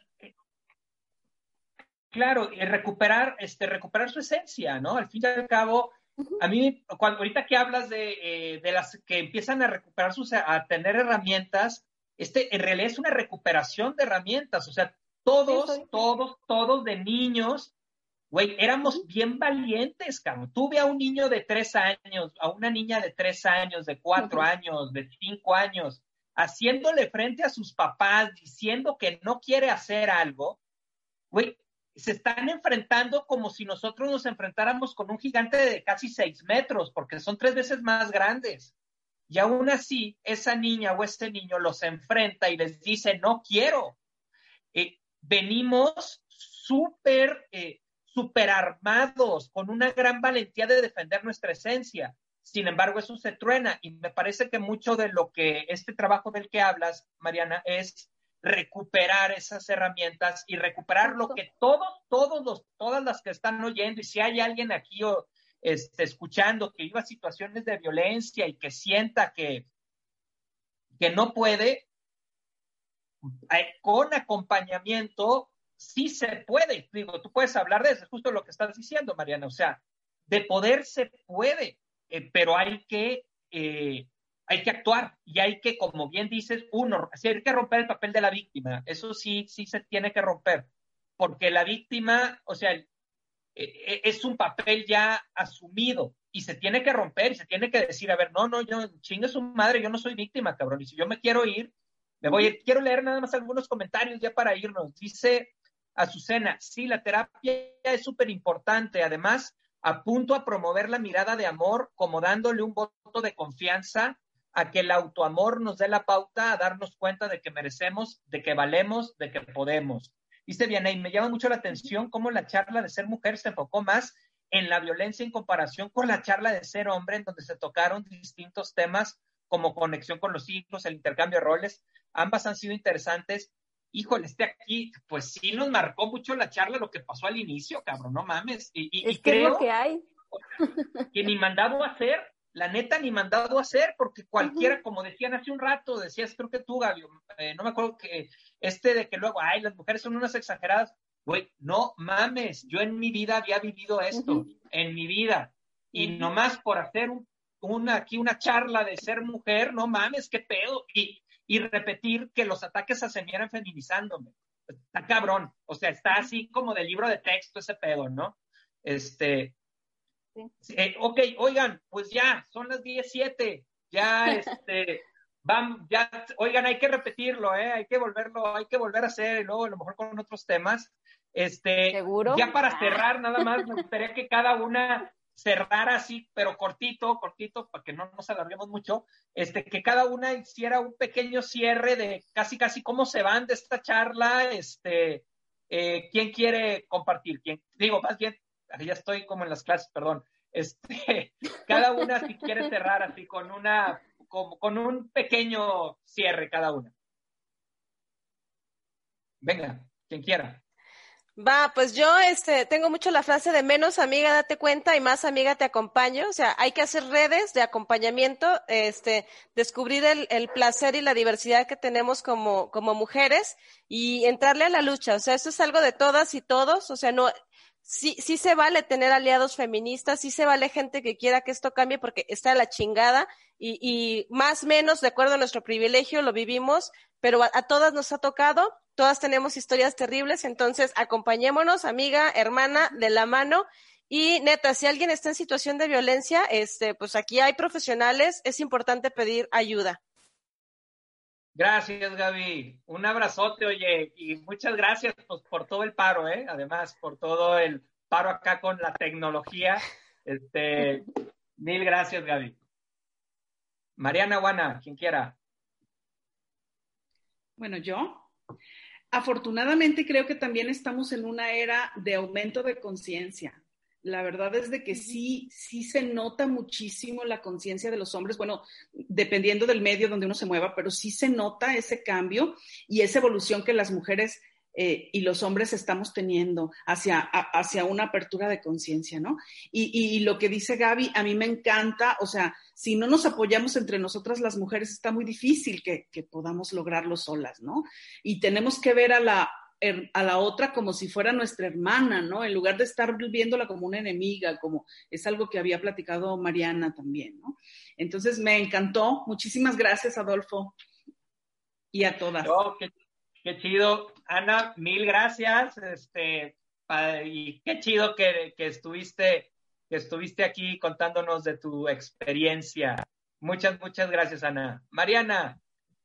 Claro, recuperar, este, recuperar su esencia, ¿no? Al fin y al cabo, uh-huh. a mí, cuando ahorita que hablas de, eh, de las que empiezan a recuperar sus, a tener herramientas, este, en realidad es una recuperación de herramientas, o sea, todos, sí, todos, todos de niños, güey, éramos uh-huh. bien valientes, cabrón. Tuve a un niño de tres años, a una niña de tres años, de cuatro uh-huh. años, de cinco años, haciéndole frente a sus papás, diciendo que no quiere hacer algo, güey, se están enfrentando como si nosotros nos enfrentáramos con un gigante de casi seis metros, porque son tres veces más grandes. Y aún así, esa niña o este niño los enfrenta y les dice, no quiero. Eh, venimos súper, eh, súper armados, con una gran valentía de defender nuestra esencia. Sin embargo, eso se truena. Y me parece que mucho de lo que este trabajo del que hablas, Mariana, es recuperar esas herramientas y recuperar lo que todos, todos los, todas las que están oyendo, y si hay alguien aquí o, este, escuchando que viva situaciones de violencia y que sienta que, que no puede, con acompañamiento sí se puede. Digo, tú puedes hablar de eso, es justo lo que estás diciendo, Mariana, o sea, de poder se puede, eh, pero hay que eh, hay que actuar y hay que, como bien dices, uno, hay que romper el papel de la víctima. Eso sí, sí se tiene que romper, porque la víctima, o sea, eh, es un papel ya asumido y se tiene que romper y se tiene que decir, a ver, no, no, yo, chingue su madre, yo no soy víctima, cabrón, y si yo me quiero ir, me voy a ir. Quiero leer nada más algunos comentarios ya para irnos. Dice Azucena, sí, la terapia es súper importante, además, apunto a promover la mirada de amor como dándole un voto de confianza a que el autoamor nos dé la pauta a darnos cuenta de que merecemos, de que valemos, de que podemos. Dice Vianey, me llama mucho la atención cómo la charla de ser mujer se enfocó más en la violencia en comparación con la charla de ser hombre, en donde se tocaron distintos temas como conexión con los hijos, el intercambio de roles. Ambas han sido interesantes. Híjole, este aquí, pues sí nos marcó mucho la charla lo que pasó al inicio, cabrón, no mames. Y, y, es y que creo es lo que hay. que ni mandado a hacer, la neta ni mandado a hacer, porque cualquiera, uh-huh. como decían hace un rato, decías, creo que tú, Gaby, eh, no me acuerdo que este de que luego, ay, las mujeres son unas exageradas, güey, no mames, yo en mi vida había vivido esto, uh-huh. en mi vida, y uh-huh. nomás por hacer un, una, aquí una charla de ser mujer, no mames, qué pedo, y, y repetir que los ataques se semieran feminizándome, está cabrón, o sea, está así como de libro de texto ese pedo, ¿no? Este... Sí. Eh, ok, oigan, pues ya, son las diecisiete, ya, este, vamos, ya, oigan, hay que repetirlo, eh, hay que volverlo, hay que volver a hacer, y luego a lo mejor con otros temas, este, ¿seguro? Ya para cerrar, nada más, me gustaría que cada una cerrara así, pero cortito, cortito, para que no nos alarguemos mucho, este, que cada una hiciera un pequeño cierre de casi, casi cómo se van de esta charla, este, eh, ¿quién quiere compartir? ¿Quién? Digo, más bien, ya estoy como en las clases, perdón. Este, cada una si quiere cerrar así con una, con, con un pequeño cierre cada una. Venga, quien quiera. Va, pues yo este tengo mucho la frase de menos amiga date cuenta y más amiga te acompaño, o sea, hay que hacer redes de acompañamiento, este, descubrir el, el placer y la diversidad que tenemos como, como mujeres y entrarle a la lucha, o sea, eso es algo de todas y todos, o sea, no, sí, sí se vale tener aliados feministas, sí se vale gente que quiera que esto cambie porque está a la chingada y, y más o menos de acuerdo a nuestro privilegio lo vivimos, pero a, a todas nos ha tocado, todas tenemos historias terribles, entonces acompañémonos, amiga, hermana, de la mano. Y neta, si alguien está en situación de violencia, este, pues aquí hay profesionales, es importante pedir ayuda. Gracias, Gaby. Un abrazote, oye, y muchas gracias pues, por todo el paro, ¿eh? Además, por todo el paro acá con la tecnología. Este, mil gracias, Gaby. Mariana Guana, quien quiera. Bueno, yo. Afortunadamente creo que también estamos en una era de aumento de conciencia. La verdad es de que sí, sí se nota muchísimo la conciencia de los hombres, bueno, dependiendo del medio donde uno se mueva, pero sí se nota ese cambio y esa evolución que las mujeres eh, y los hombres estamos teniendo hacia, a, hacia una apertura de conciencia, ¿no? Y, y, y lo que dice Gaby, a mí me encanta, o sea, si no nos apoyamos entre nosotras las mujeres, está muy difícil que, que podamos lograrlo solas, ¿no? Y tenemos que ver a la a la otra como si fuera nuestra hermana, ¿no? En lugar de estar viéndola como una enemiga, como es algo que había platicado Mariana también, ¿no? Entonces me encantó. Muchísimas gracias, Adolfo, y a todas. Oh, qué, qué chido. Ana, mil gracias. Este, y qué chido que, que estuviste, que estuviste aquí contándonos de tu experiencia. Muchas, muchas gracias, Ana. Mariana.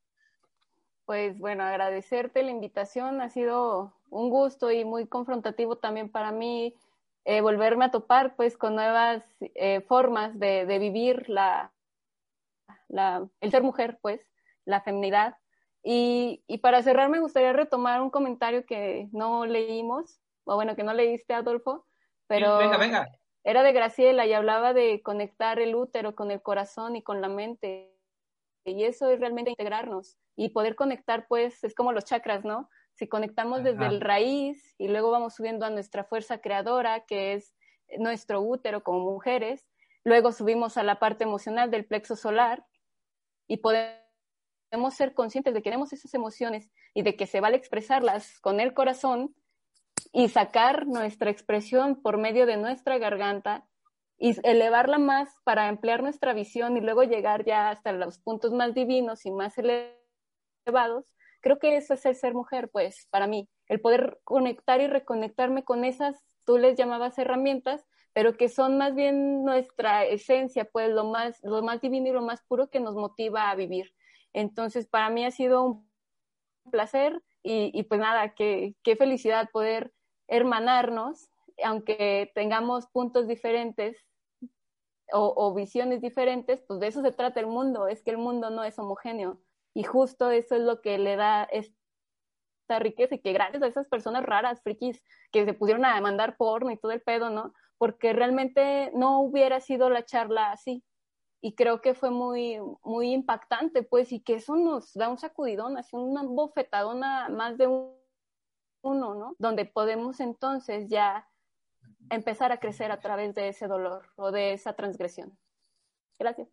Pues bueno, agradecerte la invitación, ha sido un gusto y muy confrontativo también para mí eh, volverme a topar pues con nuevas eh, formas de, de vivir la, la, el ser mujer, pues, la feminidad. Y, y para cerrar me gustaría retomar un comentario que no leímos, o bueno, que no leíste, Adolfo, pero sí, venga, venga. Era de Graciela y hablaba de conectar el útero con el corazón y con la mente. Y eso es realmente integrarnos y poder conectar, pues, es como los chakras, ¿no? Si conectamos Ajá. desde el raíz y luego vamos subiendo a nuestra fuerza creadora, que es nuestro útero como mujeres, luego subimos a la parte emocional del plexo solar y podemos ser conscientes de que tenemos esas emociones y de que se vale expresarlas con el corazón y sacar nuestra expresión por medio de nuestra garganta y elevarla más para ampliar nuestra visión y luego llegar ya hasta los puntos más divinos y más elevados. Creo que eso es el ser mujer, pues, para mí, el poder conectar y reconectarme con esas, tú les llamabas herramientas, pero que son más bien nuestra esencia, pues, lo más, lo más divino y lo más puro que nos motiva a vivir. Entonces, para mí ha sido un placer y, y pues nada, qué, qué felicidad poder hermanarnos, aunque tengamos puntos diferentes o, o visiones diferentes, pues de eso se trata el mundo, es que el mundo no es homogéneo y justo eso es lo que le da esta riqueza y que gracias a esas personas raras, frikis, que se pusieron a demandar porno y todo el pedo, ¿no? Porque realmente no hubiera sido la charla así y creo que fue muy, muy impactante, pues, y que eso nos da un sacudidón, así una bofetadona más de un, uno, ¿no? Donde podemos entonces ya empezar a crecer a través de ese dolor o de esa transgresión. Gracias.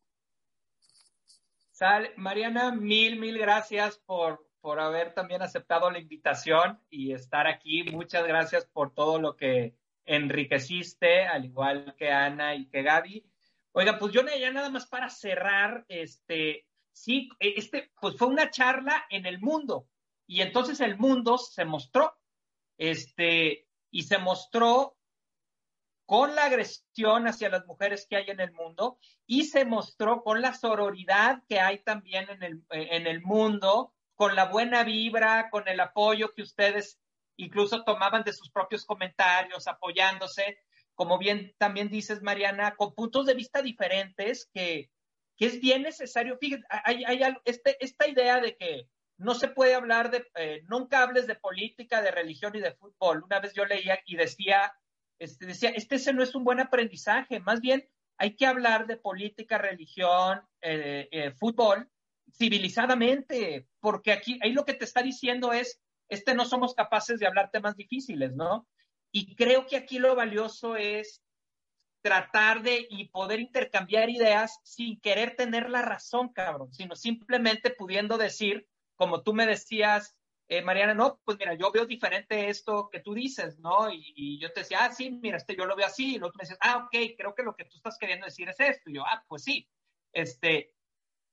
Sal, Mariana, mil, mil gracias por, por haber también aceptado la invitación y estar aquí. Muchas gracias por todo lo que enriqueciste, al igual que Ana y que Gaby. Oiga, pues yo ya nada más para cerrar, este, sí, este, pues fue una charla en el mundo y entonces el mundo se mostró, este, y se mostró con la agresión hacia las mujeres que hay en el mundo y se mostró con la sororidad que hay también en el, en el mundo, con la buena vibra, con el apoyo que ustedes incluso tomaban de sus propios comentarios, apoyándose, como bien también dices, Mariana, con puntos de vista diferentes que, que es bien necesario. Fíjate, hay, hay algo, este, esta idea de que no se puede hablar de, eh, nunca hables de política, de religión y de fútbol. Una vez yo leía y decía, Este, decía, este ese no es un buen aprendizaje, más bien hay que hablar de política, religión, eh, eh, fútbol, civilizadamente, porque aquí, ahí lo que te está diciendo es, este no somos capaces de hablar temas difíciles, ¿no? Y creo que aquí lo valioso es tratar de y poder intercambiar ideas sin querer tener la razón, cabrón, sino simplemente pudiendo decir, como tú me decías, Eh, Mariana, no, pues mira, yo veo diferente esto que tú dices, ¿no? Y, y yo te decía, ah, sí, mira, este yo lo veo así, y luego tú me decías, ah, ok, creo que lo que tú estás queriendo decir es esto, y yo, ah, pues sí, este,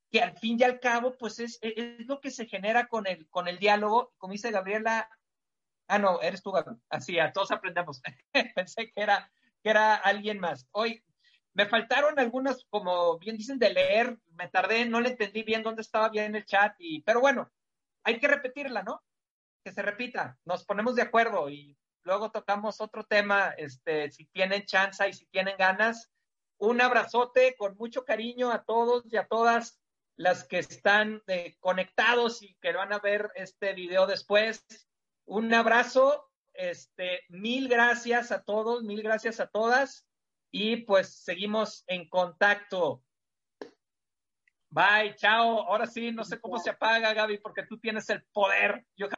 que al fin y al cabo, pues es, es lo que se genera con el, con el diálogo. Como dice Gabriela, ah, no, eres tú, Gabriela. Así, a todos aprendemos. Pensé que era, que era alguien más. Hoy me faltaron algunas, como bien dicen, de leer. Me tardé, no le entendí bien dónde estaba bien el chat, y, pero bueno, hay que repetirla, ¿no? Que se repita, nos ponemos de acuerdo y luego tocamos otro tema, este, si tienen chance y si tienen ganas. Un abrazote con mucho cariño a todos y a todas las que están eh, conectados y que van a ver este video después. Un abrazo, este, mil gracias a todos, mil gracias a todas, y pues seguimos en contacto. Bye, chao. Ahora sí, no sé cómo se apaga, Gaby, porque tú tienes el poder. Yo